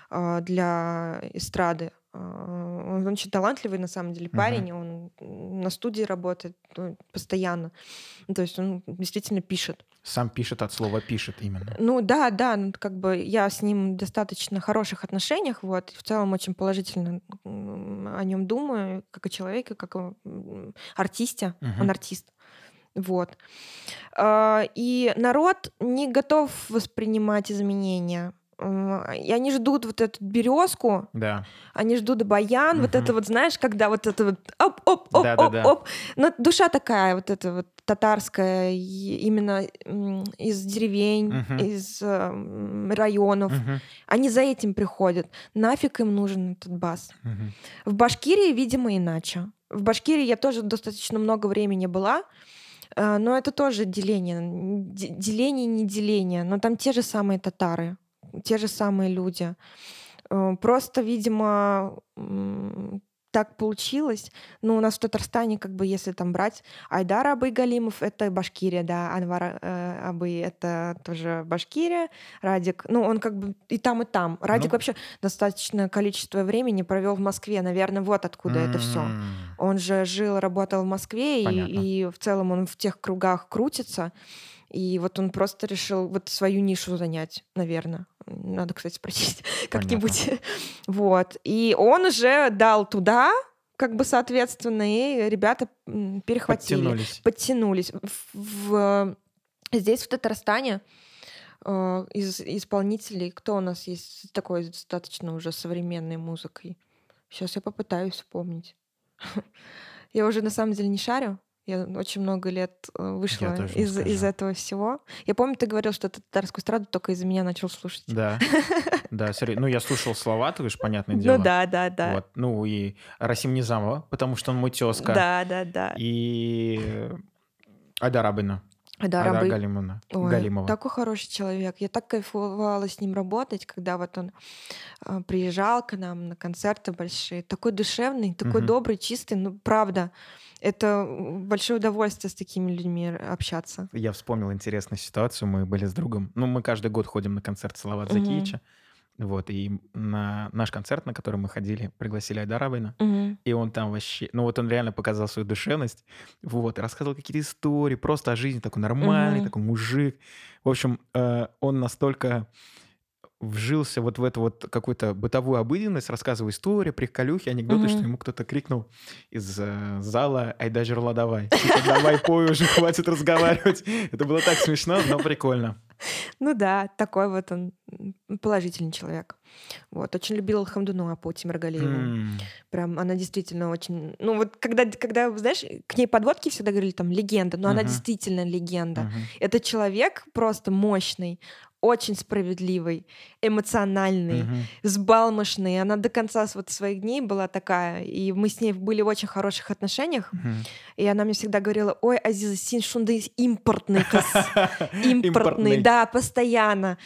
для эстрады. Он очень талантливый, на самом деле, парень. Он на студии работает постоянно. То есть он действительно пишет. Сам пишет от слова «пишет» именно. Ну да, ну, как бы я с ним в достаточно хороших отношениях, вот, и в целом очень положительно о нем думаю, как о человеке, как о артисте. Он артист. Вот. И народ не готов воспринимать изменения. И они ждут вот эту березку, Да. они ждут баян, вот это вот, знаешь, когда вот это вот Да-да-да. оп-оп-оп-оп. Но душа такая вот эта вот татарская, именно из деревень, из районов. Они за этим приходят. Нафиг им нужен этот бас? В Башкирии, видимо, иначе. В Башкирии я тоже достаточно много времени была, но это тоже деление. Деление, не деление. Но там те же самые татары, те же самые люди. Просто, видимо, так получилось. Ну, у нас в Татарстане, как бы, если там брать, Айдар Абыгалимов — это Башкирия, да, Анвар Абы — это тоже Башкирия, Радик, ну, он как бы и там, и там. Радик вообще достаточное количество времени провел в Москве, наверное, вот откуда это все. Он же жил, работал в Москве, и в целом он в тех кругах крутится. И вот он просто решил вот свою нишу занять, наверное. Надо, кстати, спросить как-нибудь. Вот. И он уже дал туда, как бы, соответственно, и ребята перехватили. Подтянулись. Здесь, в Татарстане, из исполнителей, кто у нас есть с такой достаточно уже современной музыкой? Сейчас я попытаюсь вспомнить. Я уже на самом деле не шарю. Я очень много лет вышла из этого всего. Я помню, ты говорил, что ты татарскую эстраду только из-за меня начал слушать. Да, да, серьезно. Ну, я слушал слова, ты же, понятное дело. Ну да. Вот. Ну, и Расим Низамова, потому что он мой тезка. Да. И Айдар Абына. Айдар Галимова. Такой хороший человек. Я так кайфовала с ним работать, когда вот он приезжал к нам на концерты большие. Такой душевный, такой добрый, чистый. Ну, правда, это большое удовольствие с такими людьми общаться. Я вспомнил интересную ситуацию. Мы были с другом. Ну, мы каждый год ходим на концерт Салават Закиевича. Вот, и на наш концерт, на который мы ходили, пригласили Айдара Абына, и он там вообще, ну вот он реально показал свою душевность, вот, и рассказывал какие-то истории просто о жизни, такой нормальный, такой мужик. В общем, он настолько вжился вот в эту вот какую-то бытовую обыденность, рассказывая истории, приколюхи, анекдоты, что ему кто-то крикнул из зала: «Айда, жерла, давай! Типа, давай, пой уже, хватит разговаривать!» Это было так смешно, но прикольно. Ну да, такой вот он положительный человек. Вот, очень любила Хамдуну Апу Тимиргалиеву. Прям она действительно очень... Ну вот когда, знаешь, к ней подводки всегда говорили там легенда, но она действительно легенда. Это человек просто мощный, очень справедливый, эмоциональный, взбалмошный. Она до конца вот своих дней была такая, и мы с ней были в очень хороших отношениях. И она мне всегда говорила: «Ой, Азиза, син шунды импортный кыз». Импортный, да, постоянно.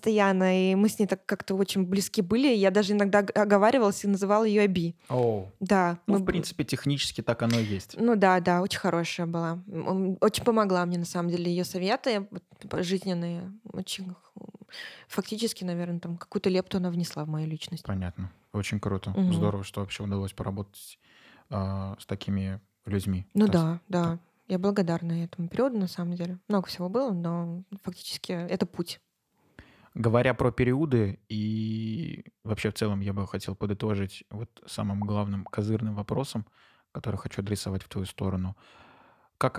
И мы с ней так как-то очень близки были. Я даже иногда оговаривалась и называла ее Аби. Да. Ну, в принципе, технически так оно и есть. Ну да, очень хорошая была. Очень помогла мне, на самом деле, ее советы жизненные. Очень фактически, наверное, там какую-то лепту она внесла в мою личность. Понятно. Очень круто. Здорово, что вообще удалось поработать с такими людьми. Ну да. Я благодарна этому периоду, на самом деле. Много всего было, но фактически это путь. Говоря про периоды, и вообще в целом я бы хотел подытожить вот самым главным козырным вопросом, который хочу адресовать в твою сторону. Как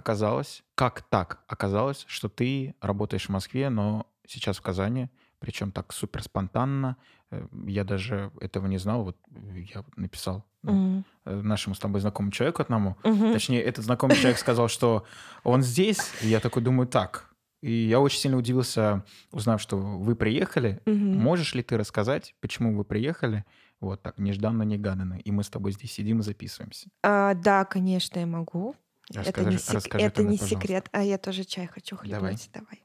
так оказалось, что ты работаешь в Москве, но сейчас в Казани, причем так супер спонтанно? Я даже этого не знал. Вот я написал нашему с тобой знакомому человеку одному. Точнее, этот знакомый человек сказал, что он здесь. И я такой думаю: так. И я очень сильно удивился, узнав, что вы приехали. Можешь ли ты рассказать, почему вы приехали? Вот так, нежданно-негаданно. И мы с тобой здесь сидим и записываемся. Да, конечно, я могу. Расскажи это не тогда, секрет. А я тоже чай хочу хлебнуть. Давай.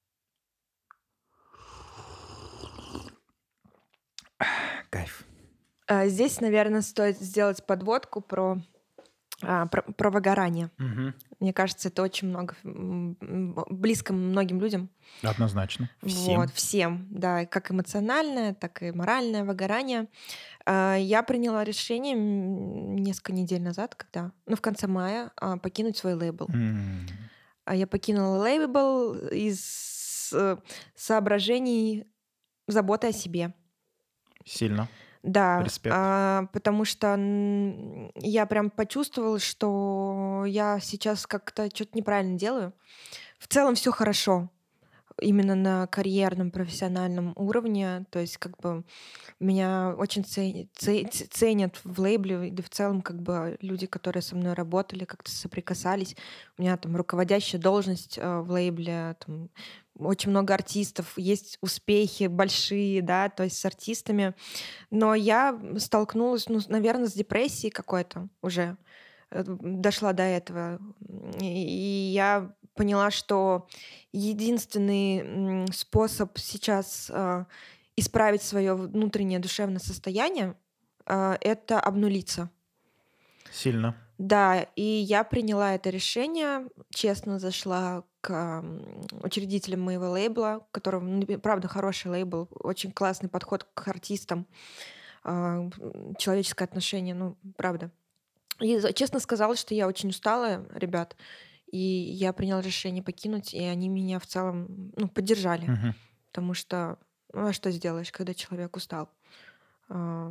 Кайф. Здесь, наверное, стоит сделать подводку про выгорание. Мне кажется, это очень близко многим людям. Однозначно. Всем. Вот, всем, да, как эмоциональное, так и моральное выгорание. Я приняла решение несколько недель назад, в конце мая, покинуть свой лейбл. Я покинула лейбл из соображений заботы о себе. Сильно. Да, Респект. потому что я прям почувствовала, что я сейчас как-то что-то неправильно делаю. В целом все хорошо. именно на карьерном, профессиональном уровне. То есть как бы меня очень ценят в лейбле, да в целом как бы люди, которые со мной работали, как-то соприкасались. У меня там руководящая должность в лейбле, там очень много артистов, есть успехи большие, да, то есть с артистами. Но я столкнулась, ну, наверное, с депрессией какой-то уже. Дошла до этого. И я поняла, что единственный способ сейчас исправить свое внутреннее душевное состояние это обнулиться. Сильно. Да, и я приняла это решение, честно зашла к учредителям моего лейбла, которого, правда, хороший лейбл, очень классный подход к артистам, человеческое отношение, ну, правда. И честно сказала, что я очень устала, ребят, и я приняла решение покинуть, и они меня в целом, ну, поддержали, Мгм. потому что, ну, а что сделаешь, когда человек устал? А,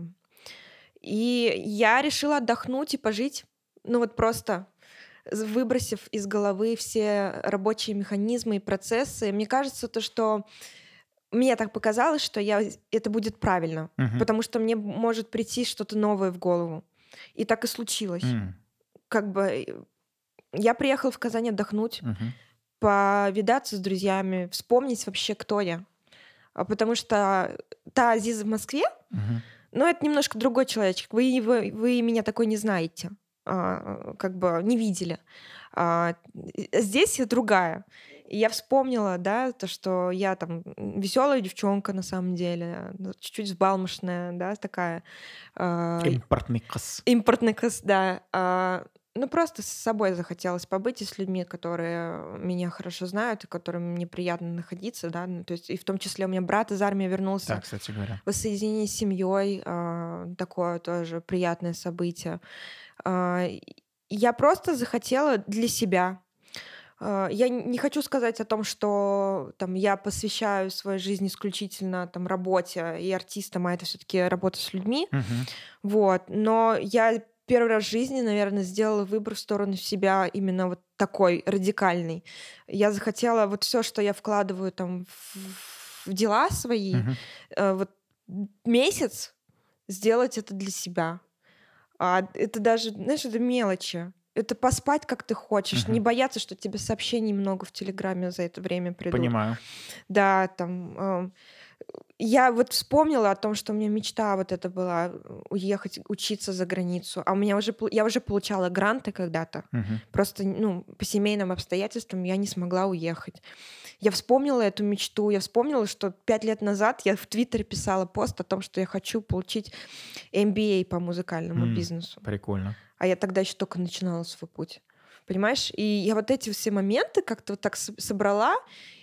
И я решила отдохнуть и пожить, ну вот просто выбросив из головы все рабочие механизмы и процессы. Мне кажется, то, что мне так показалось, что это будет правильно, Мгм. потому что мне может прийти что-то новое в голову. И так и случилось. М. Как бы я приехала в Казань отдохнуть, Мгм. повидаться с друзьями, вспомнить вообще, кто я. Потому что та Азиза в Москве, Мгм. ну, это немножко другой человечек. Вы меня такой не знаете, как бы не видели. Здесь я другая. И я вспомнила, да, то, что я там веселая девчонка на самом деле, ну, чуть-чуть взбалмошная, да, такая. Импортный кыз. Импортный кос, да. Ну, просто с собой захотелось побыть и с людьми, которые меня хорошо знают и которым мне приятно находиться, да. Ну, то есть и в том числе у меня брат из армии Да, вернулся, кстати говоря. воссоединение с семьей, такое тоже приятное событие. И я просто захотела для себя. Я не хочу сказать о том, что там я посвящаю свою жизнь исключительно там работе и артистам, а это все-таки работа с людьми. Мгм. Вот. Но я первый раз в жизни, наверное, сделала выбор в сторону себя именно вот такой радикальный. Я захотела вот все, что я вкладываю там в дела свои, Мгм. вот месяц сделать это для себя. Это даже, знаешь, это мелочи. Это поспать, как ты хочешь, не Мгм. бояться, что тебе сообщений много в Телеграме за это время придут. Понимаю. Да, там я вот вспомнила о том, что у меня мечта вот это была уехать учиться за границу, а у меня я уже получала гранты когда-то. Мгм. Просто, ну, по семейным обстоятельствам я не смогла уехать. Я вспомнила эту мечту, я вспомнила, что 5 лет назад я в Твиттере писала пост о том, что я хочу получить MBA по музыкальному бизнесу. Прикольно. А я тогда еще только начинала свой путь. Понимаешь? И я вот эти все моменты как-то вот так собрала,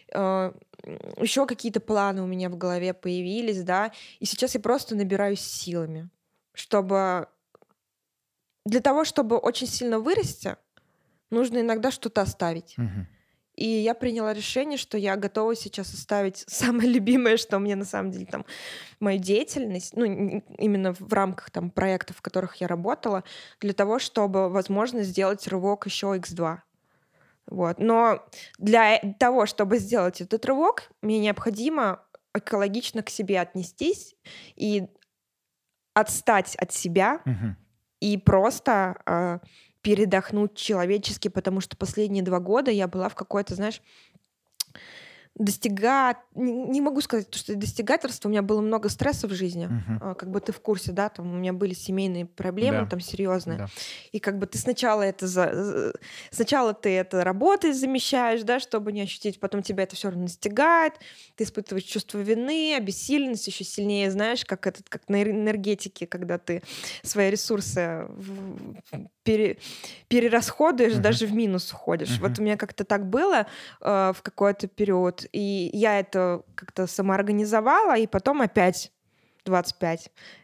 еще какие-то планы у меня в голове появились, да, и сейчас я просто набираюсь силами, чтобы для того, чтобы очень сильно вырасти, нужно иногда что-то оставить. Мгм. И я приняла решение, что я готова сейчас оставить самое любимое, что мне на самом деле там мою деятельность, ну, именно в рамках там проектов, в которых я работала, для того, чтобы, возможно, сделать рывок еще X2. Вот. Но для того, чтобы сделать этот рывок, мне необходимо экологично к себе отнестись и отстать от себя Мгм. и просто передохнуть человечески, потому что последние 2 года я была в какой-то, знаешь, не могу сказать, что это достигательство, у меня было много стресса в жизни, Мгм. как бы ты в курсе, да, там у меня были семейные проблемы Да. там серьезные, Да. и как бы ты сначала ты это работой замещаешь, да, чтобы не ощутить, потом тебя это все равно настигает, ты испытываешь чувство вины, обессиленность еще сильнее, знаешь, как на энергетике, когда ты свои ресурсы перерасходуешь, Мгм. даже в минус уходишь. Мгм. Вот у меня как-то так было в какой-то период, и я это как-то самоорганизовала, и потом опять 25.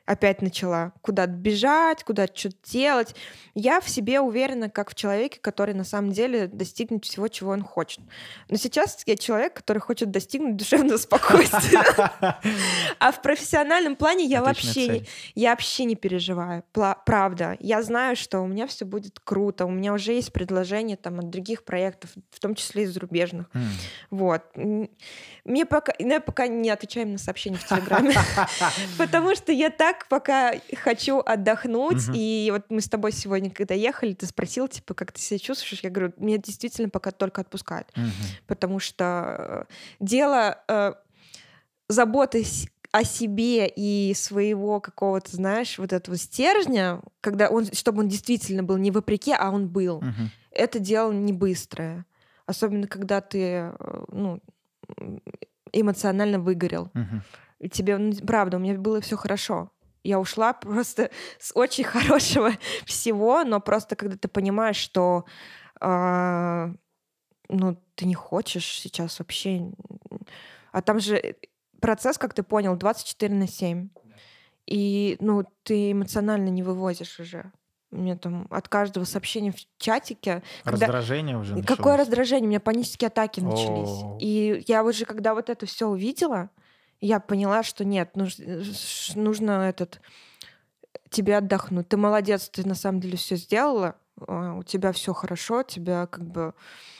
опять начала куда-то бежать, куда-то что-то делать. Я в себе уверена, как в человеке, который на самом деле достигнет всего, чего он хочет. Но сейчас я человек, который хочет достигнуть душевного спокойствия. А в профессиональном плане я вообще не переживаю. Правда. Я знаю, что у меня все будет круто. У меня уже есть предложения там от других проектов, в том числе и зарубежных. Вот. Я пока не отвечаю на сообщения в Телеграме, потому что я так пока хочу отдохнуть. И вот мы с тобой сегодня, когда ехали, ты спросил, типа, как ты себя чувствуешь? Я говорю, меня действительно пока только отпускает. Потому что дело заботы о себе и своего какого-то, знаешь, вот этого стержня, чтобы он действительно был не вопреки, а он был. Это дело не быстрое. Особенно, когда ты, эмоционально выгорел. И тебе, правда, у меня было все хорошо. Я ушла просто с очень хорошего всего, но просто когда ты понимаешь, что ты не хочешь сейчас вообще... А там же процесс, как ты понял, 24/7. И, ты эмоционально не вывозишь уже. У меня там от каждого сообщения в чатике... Раздражение уже началось? Какое раздражение? У меня панические атаки начались. И я уже, когда вот это все увидела, я поняла, что нет, нужно тебе отдохнуть. Ты молодец, ты на самом деле все сделала, у тебя все хорошо, тебя как бы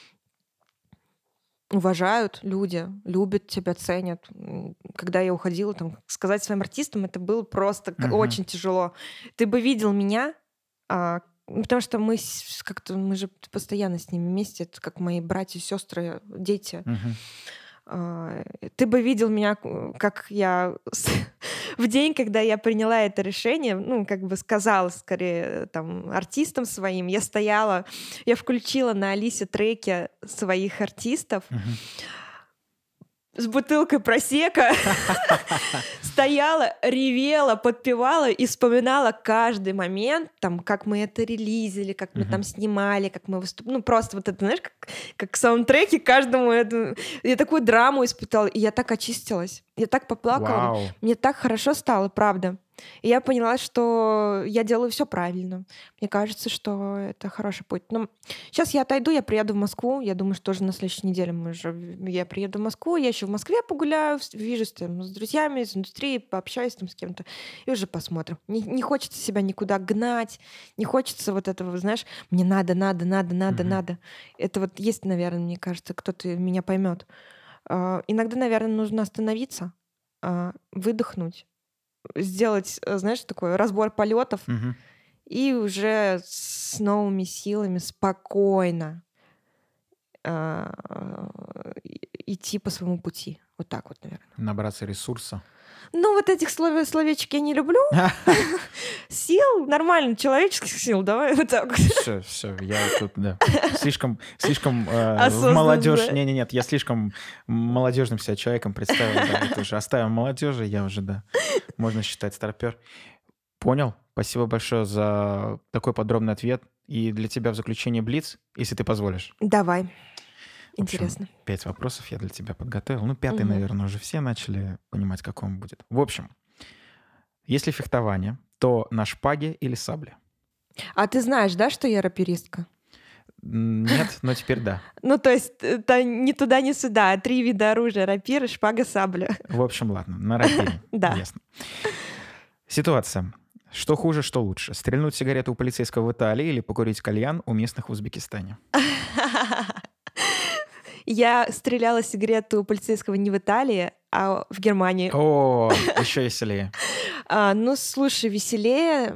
уважают люди, любят тебя, ценят. Когда я уходила, там, сказать своим артистам, это было просто очень тяжело. Ты бы видел меня, потому что мы же постоянно с ними вместе, это как мои братья, сестры, дети. Ты бы видел меня, как я в день, когда я приняла это решение, как бы сказала скорее там артистам своим, я стояла, я включила на Алисе треки своих артистов, с бутылкой просека, стояла, ревела, подпевала и вспоминала каждый момент, там, как мы это релизили, как мы там снимали, как мы выступали. Просто вот это, знаешь, как саундтреки каждому. Я такую драму испытала, и я так очистилась. Я так поплакала. Вау. Мне так хорошо стало, правда. И я поняла, что я делаю все правильно. Мне кажется, что это хороший путь. Но сейчас я отойду, я приеду в Москву. Я думаю, что уже на следующей неделе я приеду в Москву. Я еще в Москве погуляю, вижусь там с друзьями из индустрии, пообщаюсь там с кем-то. И уже посмотрим. Не хочется себя никуда гнать. Не хочется вот этого, знаешь, мне надо. Это вот есть, наверное, мне кажется, кто-то меня поймет. Иногда, наверное, нужно остановиться, выдохнуть, сделать, знаешь, такой разбор полетов и уже с новыми силами спокойно идти по своему пути. Вот так вот, наверное. Набраться ресурса. Вот этих словечек я не люблю. Сил, нормально, человеческих сил, давай вот так вот. Все, я тут, да. Слишком в молодежь. Нет, я слишком молодежным себя человеком представил. Да, это уже оставим молодежи, я уже, да, можно считать старпер. Понял. Спасибо большое за такой подробный ответ. И для тебя в заключение блиц, если ты позволишь. Давай. Интересно. 5 вопросов я для тебя подготовил. 5-й, наверное, уже все начали понимать, как он будет. В общем, если фехтование, то на шпаге или сабле? А ты знаешь, да, что я раперистка? Нет, но теперь да. То есть это ни туда, ни сюда. 3 вида оружия: рапира, шпага, сабля. В общем, ладно, на рапире. Да. Ясно. Ситуация. Что хуже, что лучше? Стрельнуть сигарету у полицейского в Италии или покурить кальян у местных в Узбекистане? Я стреляла сигарету у полицейского не в Италии, а в Германии. О, еще веселее. Слушай, веселее.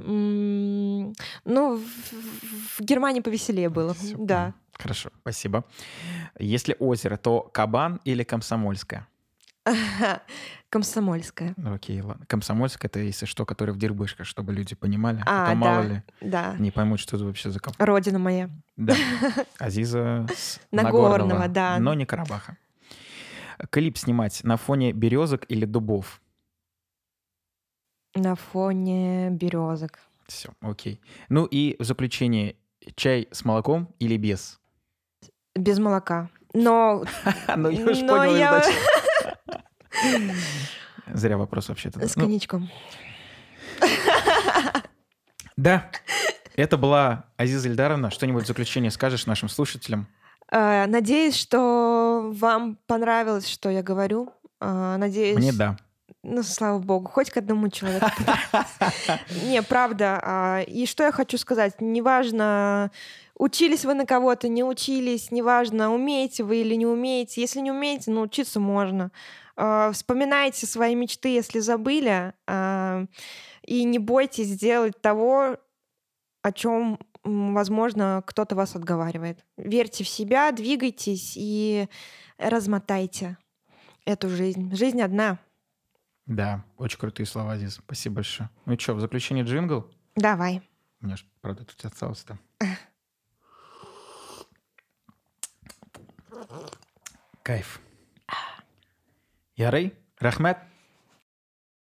В Германии повеселее было. Всё, да. Хорошо, спасибо. Если озеро, то Кабан или Комсомольская? Комсомольская. Окей, ладно. Комсомольская — это, если что, который в Дербышках, чтобы люди понимали. А то да, мало ли да. не поймут, что это вообще за ком. Родина моя. Да. Азиза с Нагорного, Нагорного, да. но не Карабаха. Клип снимать на фоне березок или дубов? На фоне березок. Все, окей. И в заключение, чай с молоком или без? Без молока. Но я уж понял, я... Зря вопрос вообще-то. С коньячком. Да, это была Азиза Ильдаровна. Что-нибудь в заключение скажешь нашим слушателям? Надеюсь, что вам понравилось, что я говорю. Мне Надеюсь, да. ну, слава богу, хоть к одному человеку понравилось. Не, правда. И что я хочу сказать? Неважно, учились вы на кого-то, не учились, неважно, умеете вы или не умеете. Если не умеете, научиться можно. Вспоминайте свои мечты, если забыли, и не бойтесь сделать того, о чем, возможно, кто-то вас отговаривает. Верьте в себя, двигайтесь и размотайте эту жизнь. Жизнь одна. Да, очень крутые слова, Азиз. Спасибо большое. Ну и что, в заключение джингл? Давай. У меня же, правда, тут осталось-то. Кайф. Ярый, рахмет.